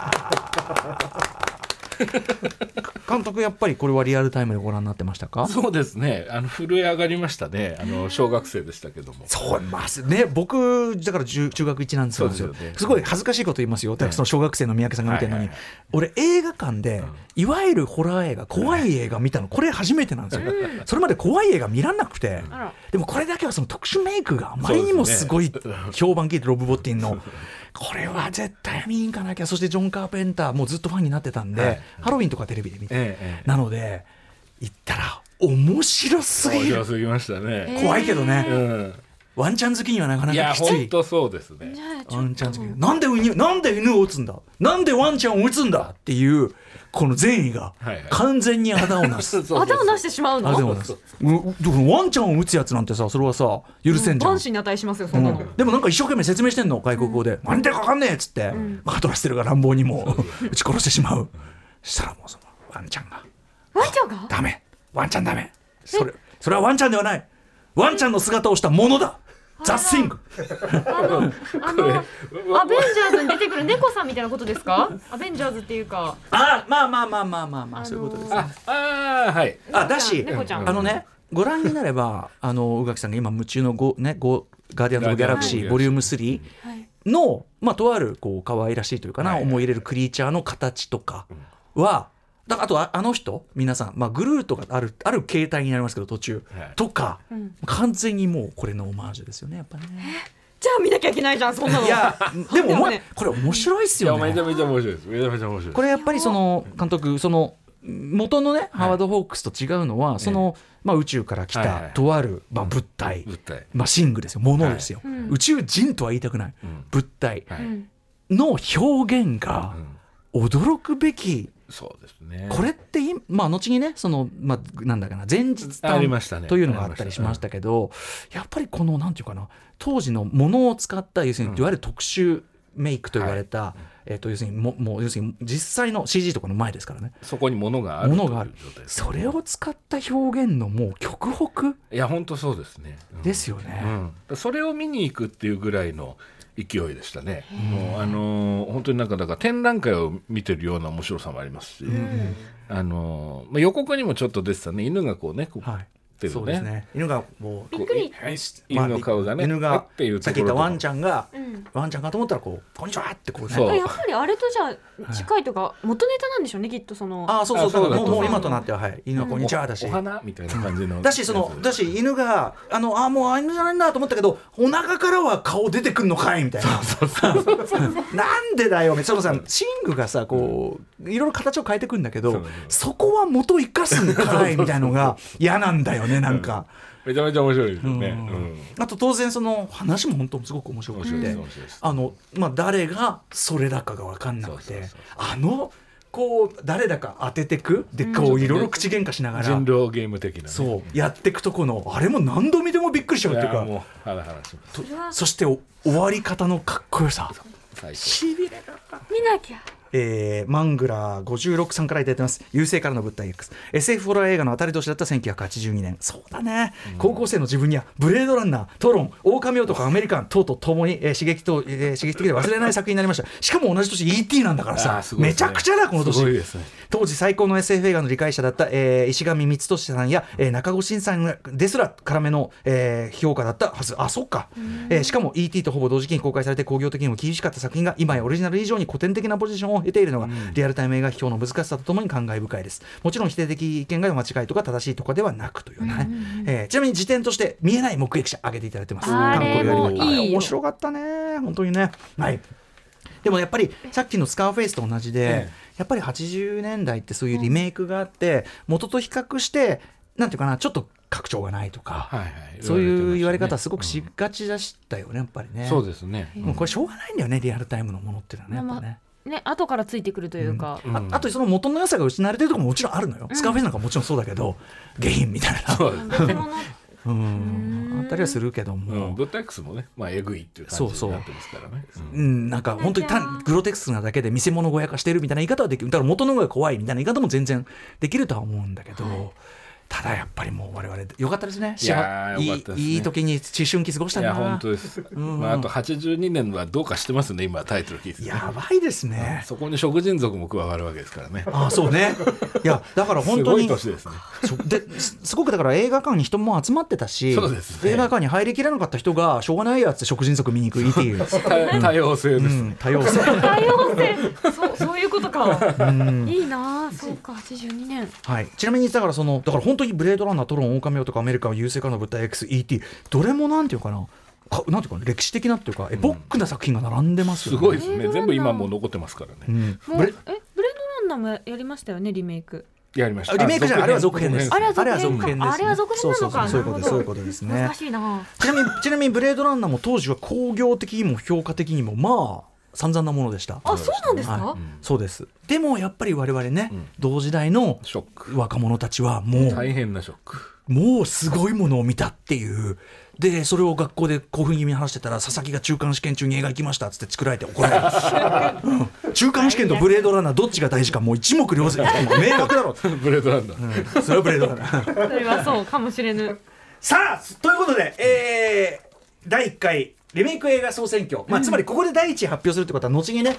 監督やっぱりこれはリアルタイムでご覧になってましたか？ そうですね、震え上がりましたね。小学生でしたけども。 そうますね。僕だから中学1なんですよ。すごい恥ずかしいこと言いますよ。その小学生の三宅さんが見てるのに、俺映画館でいわゆるホラー映画、怖い映画見たのこれ初めてなんですよ。それまで怖い映画見らんなくて、でもこれだけはその特殊メイクがあまりにもすごい評判聞いて、ロブ・ボッティンのこれは絶対見に行かなきゃ。そしてジョン・カーペンターもうずっとファンになってたんで、ハロウィンとかテレビで見て、なので行ったら面白すぎる。 面白すぎましたね。 怖いけどね、ワンちゃん好きにはなかなかきつい。 いや本当そうですね。 ワンちゃん好き、なんで犬を撃つんだ、なんでワンちゃんを撃つんだっていうこの善意が完全にあだをなす。 あだをなしてしまうの？ あだをなす。ワンちゃんを撃つやつなんてさ、それはさ許せんじゃん。 万死に値しますよ、そんなの。 でもなんか一生懸命説明してんの、外国語で。なんでかわかんねえっつって、カートラッセルが乱暴にも撃ち殺してしまう。したらもうそのワンちゃんがダメ、ワンちゃんダメ、それはワンちゃんではない、ワンちゃんの姿をしたものだ、ザ・シング。 アベンジャーズに出てくる猫さんみたいなことですか？アベンジャーズっていうか、 まあそういうことですね。 はい。 だしご覧になれば宇垣さんが今夢中のガーディアンズ・オブ・ギャラクシーボリューム3のとあるこう可愛らしいというかな、思い入れるクリーチャーの形とかは、あと人皆さん、グルートがある形態になりますけど途中、とか、完全にもうこれのオマージュですよね、やっぱね。 じゃあ見なきゃいけないじゃん、そんなの。 いやでもこれ面白いっすよね。 めちゃめちゃ面白いです。めちゃめちゃ面白い。 これやっぱりその監督、その元のね、ハワード・ホークスと違うのは、その宇宙から来たとある物体、シングですよ、ものですよ、宇宙人とは言いたくない、物体の表現が驚くべき。 そうですね。 これって後にね、そのなんだかな、前日譚というのがあったりしましたけど、やっぱりこのなんていうかな、当時のものを使った要するにいわゆる特殊メイクと言われた、要するに実際の CG とかの前ですからね、 そこにものがあるそれを使った表現のもう極北。 いや本当そうですね、 ですよね、 それを見に行くっていうぐらいの勢いでしたね。もう本当にだから展覧会を見てるような面白さもありますし、予告にもちょっと出てたね、犬がこうね、 そうですね、犬がもうびっくり、 犬の顔がね、 犬がっていうさっき言ったワンちゃんがと思ったらこんにちはってこうね。 やっぱりあれとじゃあ近いとか元ネタなんでしょうね、きっと。そのそうもう今となっては、犬がこんにちはだし、 お花みたいな感じのだし犬がもう犬じゃないんだと思ったけど、お腹からは顔出てくんのかいみたいな。なんでだよ。そのさ、シングがさこういろいろ形を変えてくんだけど、そこは元生かすんかいみたいのが嫌なんだよね、なんか。 めちゃめちゃ面白いですよね。 あと当然その話も本当すごく面白くて、誰がそれだかが分かんなくて、こう誰だか当ててくで、こういろいろ口喧嘩しながら人狼ゲーム的なね、 そうやってくとこのあれも何度見てもびっくりしちゃうっていうか、 もうハラハラします。 そして終わり方のかっこよさ、 しびれる。見なきゃ。 マングラー56さんからいただいてます。優勢からの物体 X、 SF ホラー映画の当たり年だった1982年。そうだね、高校生の自分にはブレードランナー、トロン、狼男、アメリカン等とともに、刺激的で忘れない作品になりました。しかも同じ年 E.T. なんだからさ、めちゃくちゃだこの年。すごいですね。当時最高の SF 映画の理解者だった、石上光俊さんや、中越慎さんですら辛めの、評価だったはず。そっか、しかも E.T. とほぼ同時期に公開されて興行的にも厳しかった作品が今やオリジナル以上に古典的なポジションを得ているのが、リアルタイム映画批評の難しさとともに感慨深いです。もちろん否定的意見が間違いとか正しいとかではなくというね、ちなみに時点として見えない目撃者挙げていただいてます。 あれもいい、 面白かったね本当にね。はい。でもやっぱりさっきのスカーフェイスと同じで、やっぱり80年代ってそういうリメイクがあって、元と比較してなんていうかな、ちょっと格調がないとか、そういう言われ方すごくしがちでしたよね、やっぱりね。 そうですね、 もうこれしょうがないんだよね、リアルタイムのものっていうのはね、やっぱね。 ね後からついてくるというか、 あとその元の良さが失われてるところももちろんあるのよ、スカーフェイスなんかもちろんそうだけど下品みたいなあったりはするけども、 ブッダ X もね、えぐいっていう感じになってますからね。 なんか本当にグロテクスなだけで見せ物小屋化してるみたいな言い方はできる。だから元の方が怖いみたいな言い方も全然できるとは思うんだけど、ただやっぱりもう我々良かったですね。 いやよかったですね。 いい時に思春期過ごしたな。 いや本当です、あと82年はどうかしてますね今タイトル聞いて、 やばいですね、 そこに食人族も加わるわけですからね。 そうね。いやだから本当にすごい年ですね。 すごくだから映画館に人も集まってたし、 そうですね、 映画館に入りきらなかった人がしょうがないやつ食人族見に行くっていう多様性です、 多様性そういうことか、いいな。そうか82年、 はい、ちなみにだから本当にブレードランナー、トロン、オオカミ男、アメリカ、優勢化の物体 X、ET どれもなんていうかな、なんていうか歴史的なっていうかエポックな作品が並んでますよね。 すごいですね。全部今もう残ってますからね。 ブレードランナーもやりましたよね、リメイク。 やりました。 リメイクじゃない、あれは続編です。 あれは続編です。あれは続編なのか。 そういうことですね。 難しいな。 ちなみにブレードランナーも当時は興行的にも評価的にも散々なものでした。 そうなんですか。 そうです。でもやっぱり我々ね、同時代の若者たちはもう大変なショック、 もうすごいものを見たっていう。でそれを学校で興奮気味に話してたら、佐々木が中間試験中に映画行きましたっつって作られて怒られる、中間試験とブレードランナーどっちが大事かもう一目瞭然明確だろブレードランナー、 それはブレードランナーそれはそうかもしれぬ。 さあということで、第1回リメイク映画総選挙、つまりここで第1位発表するってことは後にね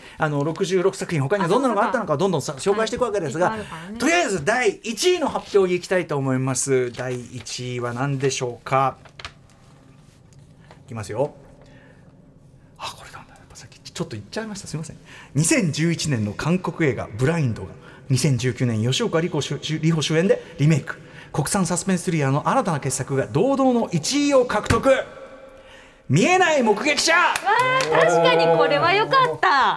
66作品他にはどんなのがあったのかをどんどん紹介していくわけですが、とりあえず第1位の発表に行きたいと思います。第1位は何でしょうか。いきますよ。これなんだ、やっぱさっきちょっと言っちゃいました、すいません。2011年の韓国映画ブラインドが2019年吉岡里帆主演でリメイク、国産サスペンススリラーの新たな傑作が堂々の1位を獲得。見えない目撃者。 確かにこれは良かった。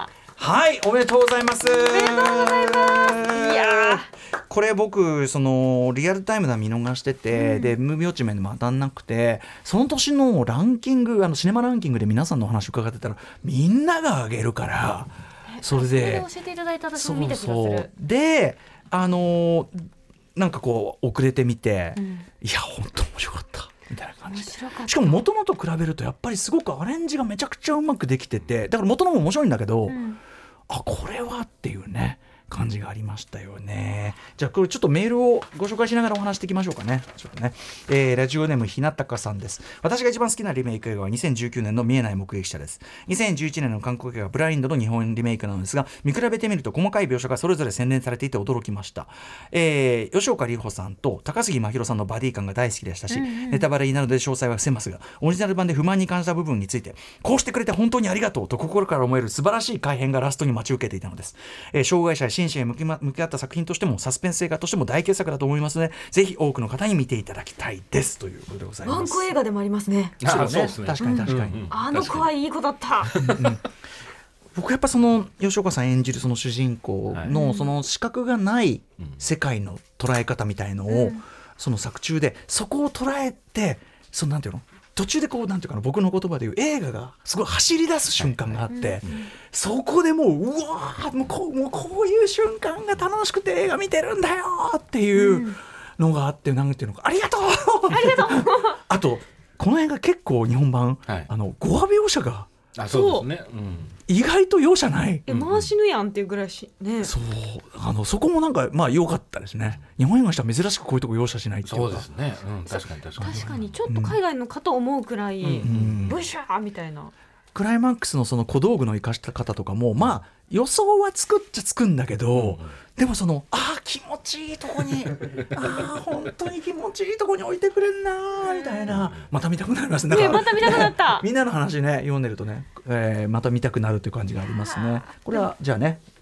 はい、おめでとうございます。 おめでとうございます。いやこれ僕リアルタイムで見逃してて、でムービーウォッチメンでも当たんなくて、その年のランキングシネマランキングで皆さんのお話を伺ってたらみんなが上げるから、それで教えていただいた私も見た気がする。 でなんかこう遅れてみて、いや本当面白かったみたいな感じで、しかも元のと比べるとやっぱりすごくアレンジがめちゃくちゃうまくできてて、だから元のも面白いんだけど、これはっていうね感じがありましたよね。じゃあこれちょっとメールをご紹介しながらお話していきましょうかね。ラジオネームひなたかさんです。私が一番好きなリメイク映画は2019年の見えない目撃者です。2011年の韓国映画ブラインドの日本リメイクなのですが、見比べてみると細かい描写がそれぞれ洗練されていて驚きました。吉岡里帆さんと高杉真宙さんのバディ感が大好きでしたし、ネタバレになるので詳細は伏せますが、オリジナル版で不満に感じた部分について、こうしてくれて本当にありがとうと心から思える素晴らしい改変がラストに待ち受けていたのです。障害者や真摯へ向き合った作品としてもサスペンス映画としても大傑作だと思いますので、ぜひ多くの方に見ていただきたいですということでございます。 ワンコ映画でもありますね。 そうですね、確かに、 あの子はいい子だった僕やっぱ吉岡さん演じるその主人公のその視覚がない世界の捉え方みたいのを、その作中でそこを捉えて、なんていうの、途中でなんていうかな、僕の言葉で言う映画がすごい走り出す瞬間があって、そこでもうわーもうこういう瞬間が楽しくて映画見てるんだよっていうのがあって、なんていうのか、ありがとうあとこの映画結構日本版、語話描写がそうですね、 意外と容赦ない。 回しぬやんっていうぐらいね。 そこもなんか良かったですね。日本映画としては珍しくこういうとこ容赦しないっていうか。 そうですね、確かにちょっと海外のかと思うくらい、ブシャーみたいな。 クライマックスのその小道具の生かした方とかも予想はつくっちゃつくんだけど、でも気持ちいいとこに本当に気持ちいいとこに置いてくれんなみたいな、また見たくなりますね。 また見たくなったみんなの話ね読んでるとね、また見たくなるという感じがありますね。これはじゃあね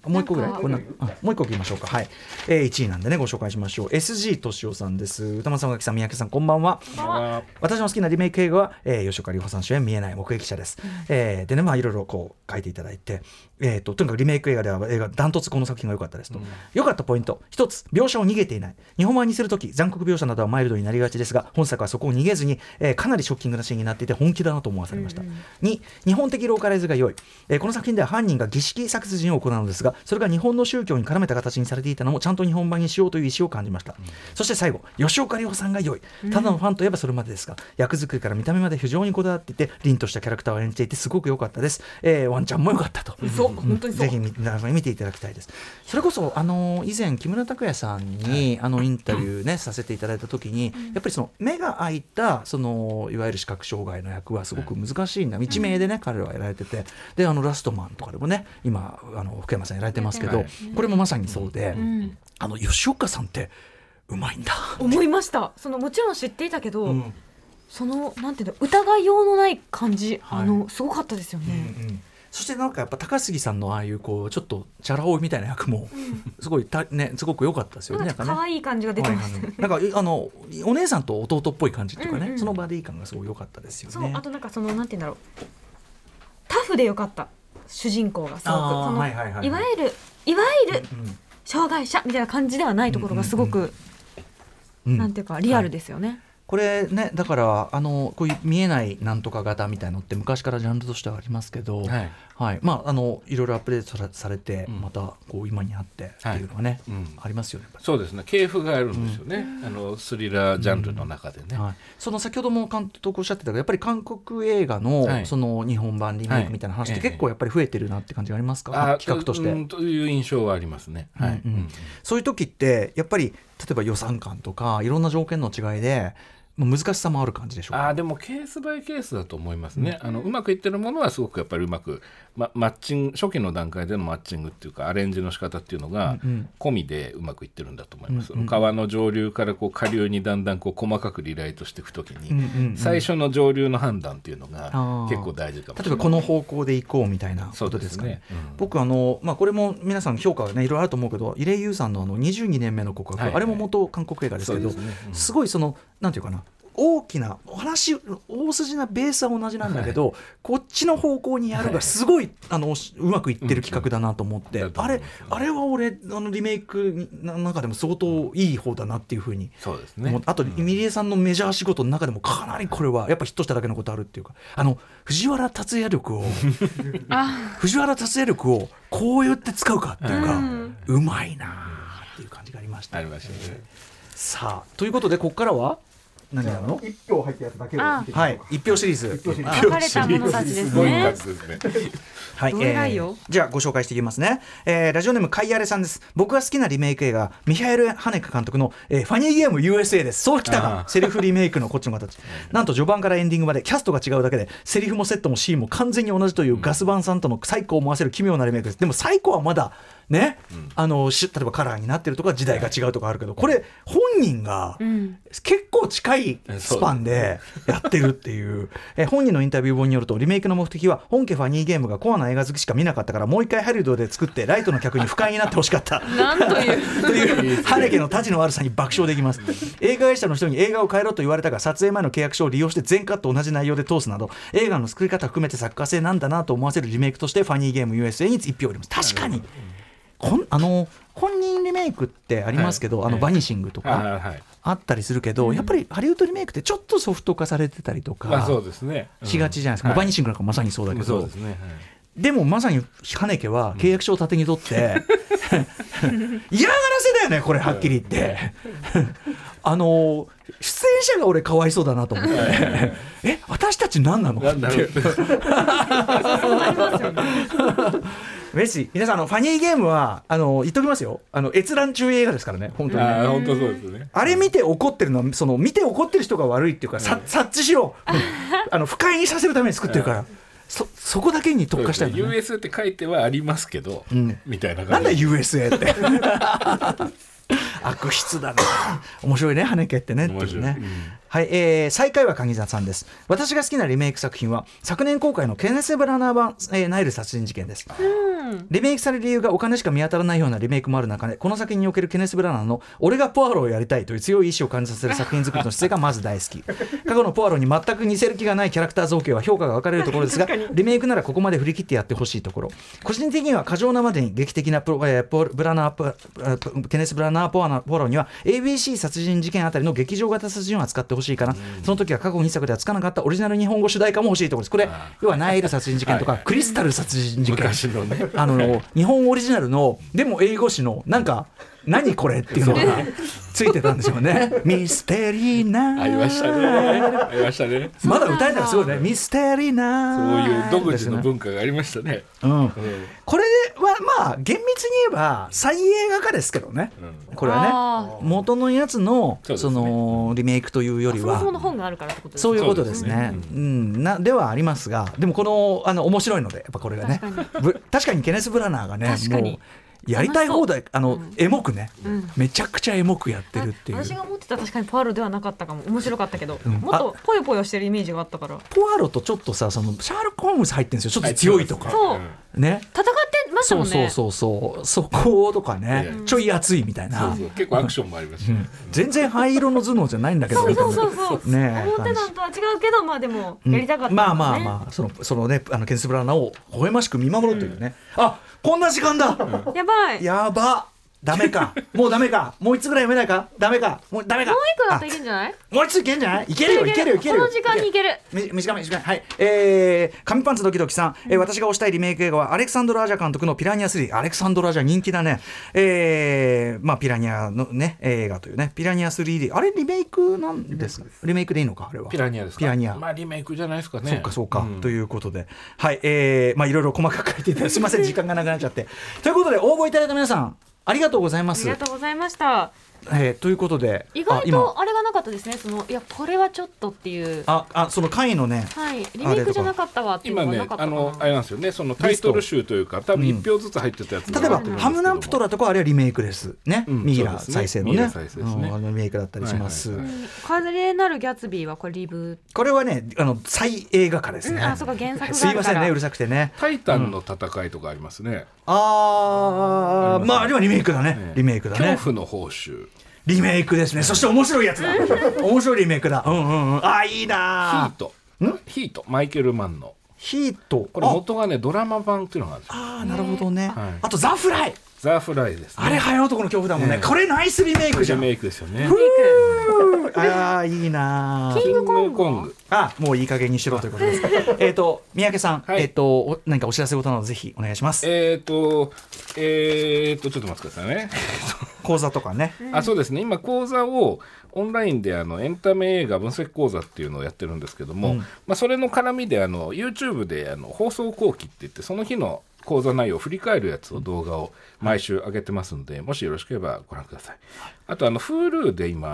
もう一個ぐらいもう一個聞きましょうか。はい、1位なんでねご紹介しましょう。 SG 敏夫さんです。歌間さん、垣さん、三宅さん、こんばんは。私の好きなリメイク映画は、吉岡里帆さん主演見えない目撃者です、でね、まあいろいろこう書いていただいて、とにかくリメイク映画では映画ダントツこの作品が良かったですと、良かったポイント一つ、描写を逃げていない。日本版にするとき残酷描写などはマイルドになりがちですが、本作はそこを逃げずに、かなりショッキングなシーンになっていて本気だなと思わされました。2、日本的ローカライズが良い。この作品では犯人が儀式殺人を行うのですが、それが日本の宗教に絡めた形にされていたのもちゃんと日本版にしようという意思を感じました。そして最後、吉岡里帆さんが良い。ただのファンといえばそれまでですが、役作りから見た目まで非常にこだわっていて、凛としたキャラクターを演じていてすごく良かったです。ワンちゃんも良かったと。 本当にそう。 ぜひ見ていただきたいです。それこそ以前木村拓哉さんにインタビューねさせていただいた時に、やっぱりその目が開いたそのいわゆる視覚障害の役はすごく難しいんだ、一名でね彼らはやられてて、でラストマンとかでもね今福山さんやられてますけど、これもまさにそうで、吉岡さんってうまいんだ思いました。もちろん知っていたけど、そのなんていうの、疑いようのない感じ、すごかったですよね。 そしてなんかやっぱ高杉さんのああいうこうちょっとチャラ男みたいな役もすごいすごく良かったですよね。なんか可愛い感じが出てました。 なんかお姉さんと弟っぽい感じとかね、そのバディ感がすごい良かったですよね。 そう、あとなんかなんていうんだろう、タフで良かった。主人公がすごくいわゆる障害者みたいな感じではないところがすごくなんていうかリアルですよね。 これね、だからこういう見えないなんとか型みたいのって昔からジャンルとしてはありますけど、まあいろいろアップデートされて、またこう今にあってっていうのがね、ありますよね。 そうですね、系譜があるんですよね、スリラージャンルの中でね。 その先ほども監督おっしゃってたけど、やっぱり韓国映画のその日本版リメイクみたいな話って結構やっぱり増えてるなって感じがありますか、企画として。 という印象はありますね。 そういう時ってやっぱり例えば予算感とかいろんな条件の違いで難しさもある感じでしょうか。 でもケースバイケースだと思いますね。うまくいってるものはすごくやっぱりうまく、マッチング、初期の段階でのマッチングっていうかアレンジの仕方っていうのが込みでうまくいってるんだと思います。川の上流からこう下流にだんだんこう細かくリライトしていくときに、最初の上流の判断っていうのが結構大事かもしれない。 例えばこの方向で行こうみたいなことですかね。僕これも皆さん評価がねいろいろあると思うけど、イレイユーさんの22年目の告白、あれも元韓国映画ですけど、すごいなんていうかな、大きな大筋なベースは同じなんだけど、こっちの方向にやるがすごい、うまくいってる企画だなと思って、あれは俺リメイクの中でも相当いい方だなっていうふうに。 そうですね。 あとミリエさんのメジャー仕事の中でもかなりこれはやっぱヒットしただけのことあるっていうか、藤原竜也力をこうやって使うかっていうか、うまいなっていう感じがありました。 ありましたね。 さあということでここからは何なの 1票入ったやつだけを見てみましょうか。 1票シリーズ。 分かれた者たちですね。 はい、じゃあご紹介していきますね。ラジオネームカイアレさんです。僕が好きなリメイク映画ミハエル・ハネク監督の、ファニーゲーム USA です。そうきたか、セリフリメイクのこっちの形。なんと序盤からエンディングまでキャストが違うだけでセリフもセットもシーンも完全に同じというガスバンさんとのサイコを思わせる奇妙なリメイクです。でもサイコはまだね、例えばカラーになってるとか時代が違うとかあるけど、これ本人が結構近いスパンでやってるっていう、本人のインタビュー本によると、リメイクの目的は本家ファニーゲームがコアな映画好きしか見なかったから、もう一回ハリウッドで作ってライトの客に不快になってほしかったなんというハネケのたちの悪さに爆笑できます。映画会社の人に映画を変えろと言われたが、撮影前の契約書を利用して全カット同じ内容で通すなど、映画の作り方含めて作家性なんだなと思わせるリメイクとしてファニーゲーム USA に1票入れます。確かに本人リメイクってありますけど、バニシングとかあったりするけど、やっぱりハリウッドリメイクってちょっとソフト化されてたりとかしがちじゃないですか。バニシングなんかまさにそうだけど、でもまさにハネケは契約書を盾に取って嫌がらせだよねこれ、はっきり言って出演者が俺かわいそうだなと思って私たち何なのってメッシ皆さんファニーゲームは言っときますよ、閲覧注意映画ですからね、本当にね。 本当そうですね。 あれ見て怒ってるのは見て怒ってる人が悪いっていうか、察知しろ不快にさせるために作ってるから、そこだけに特化したいのね。 USA って書いてはありますけど、みたいななんだ感じ。 USA って悪質だな。面白いね、ハネケってねっていうね。 はい、最下位は鍵座さんです。私が好きなリメイク作品は昨年公開のケネス・ブラナー版、ナイル殺人事件です。リメイクされる理由がお金しか見当たらないようなリメイクもある中で、この作品におけるケネス・ブラナーの俺がポアロをやりたいという強い意志を感じさせる作品作りの姿勢がまず大好き。過去のポアロに全く似せる気がないキャラクター造形は評価が分かれるところですが、リメイクならここまで振り切ってやってほしいところ。個人的には過剰なまでに劇的なケネス・ブラナーポアロには ABC 殺人事件あたりの劇場型殺人を扱ってほしいかな。その時は過去2作ではつかなかったオリジナル日本語主題歌も欲しいところです。これ要はナイル殺人事件とかクリスタル殺人事件、昔のね、日本オリジナルのでも英語詞のなんか何これっていうのがついてたんですよね。ミステリーなありましたね、ありましたね。 まだ歌えたらすごいね、ミステリーな、 そういう独自の文化がありましたね。 これはまあ厳密に言えば再映画化ですけどね、これはね元のやつのそのリメイクというよりはそもそもの本があるからってことですね。 そういうことですね。ではありますが、でもこの面白いのでやっぱこれがね、確かにケネス・ブラナーがねもうやりたい放題エモくね、めちゃくちゃエモくやってるっていう。 私が思ってた確かにポアロではなかったかも。面白かったけど、もっとポヨポヨしてるイメージがあったから。 ポアロとちょっとさ、そのシャーロック・ホームズ入ってるんですよ、ちょっと強いとか、 そうね、 戦ってましたもんね。 そうそことかね、ちょい熱いみたいな。 結構アクションもありますし、 全然灰色の頭脳じゃないんだけど、 そうね、思ってたのとは違うけど、まあでもやりたかった、ね。 まあそのね、ケネス・ブラナーを微笑ましく見守るというね。あ、こんな時間だ。 やばい。 やば。ダメか。もうダメか。もう一つぐらい読めないか。ダメか。もうダメか。 もう一個だったらいけんじゃない？ もう一ついけんじゃない？いけるよ。 この時間にいける。 短い。はい。紙パンツドキドキさん。私が推したいリメイク映画はアレクサンドロ・アジャ監督のピラニア3。アレクサンドロ・アジャ人気だね。まあピラニアのね映画というね。ピラニア 3D。あれリメイクなんですか？リメイクでいいのかあれは。 ピラニアですか？ ピラニア。 まあリメイクじゃないですかね。 そうか。ということで、はい。まあいろいろ細かく書いていただいてすみません、時間がなくなっちゃって。ということで応募いただいた皆さん。ありがとうございます。 ありがとうございました。 ということで意外とあれがなかったですね。いやこれはちょっとっていうその回のね、 はい、リメイクじゃなかったわっていうのがなかったかな。 今ねあれなんですよね、そのタイトル集というか多分1票ずつ入ってたやつ、 例えばハムナンプトラとかあれはリメイクですね、ミイラ再生のねリメイクだったりします。 華なるギャツビーはこれリブ、 これはね再映画化ですね。 そうか、原作があるから。 すいませんね、うるさくてね。 タイタンの戦いとかありますね。 まああれはリメイクだね。リメイクだね。 恐怖の報酬リメイクですね。そして面白いやつだ。面白いリメイクだ。いいな。 ヒートマイケル・マンのヒート、 これ元がねドラマ版っていうのがあるんですよ。 なるほどね。あとザ・フライですね。 あれ早男の恐怖だもんね。これナイスリメイクじゃん。 リメイクですよね。 いいな。 キングコング。 もういい加減にしろということです。三宅さん、何かお知らせ事などぜひお願いします。 ちょっと待ってくださいね。 講座とかね。 そうですね。今講座をオンラインでエンタメ映画分析講座っていうのをやってるんですけども、それの絡みでYouTube で放送後期って言って、その日の講座内容を振り返るやつを動画を毎週上げてますので、もしよろしければご覧ください。あとHulu で今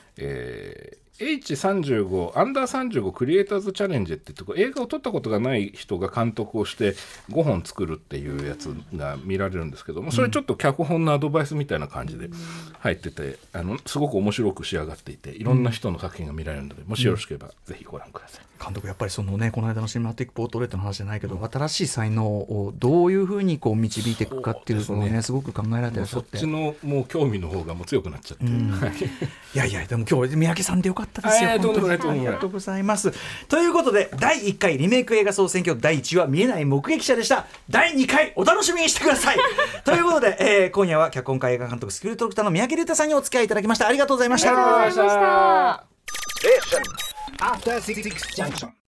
H35 アンダー35クリエイターズチャレンジって言って映画を撮ったことがない人が監督をして5本作るっていうやつが見られるんですけども、それちょっと脚本のアドバイスみたいな感じで入ってて、すごく面白く仕上がっていて、いろんな人の作品が見られるので、もしよろしければぜひご覧ください。 監督やっぱりこの間のシネマティックポートレートの話じゃないけど、新しい才能をどういうふうに導いていくかっていうのをね、すごく考えられてらっしゃって、 そっちのもう興味の方がもう強くなっちゃって、 いやでも今日三宅さんでよかったですよ。本当にありがとうございます。ということで第1回リメイク映画総選挙第1話見えない目撃者でした。第2回お楽しみにしてください。ということで、今夜は脚本家映画監督スクリプトドクターの三宅龍太さんにお付き合いいただきました。ありがとうございました。 ありがとうございました。 After 66 junction.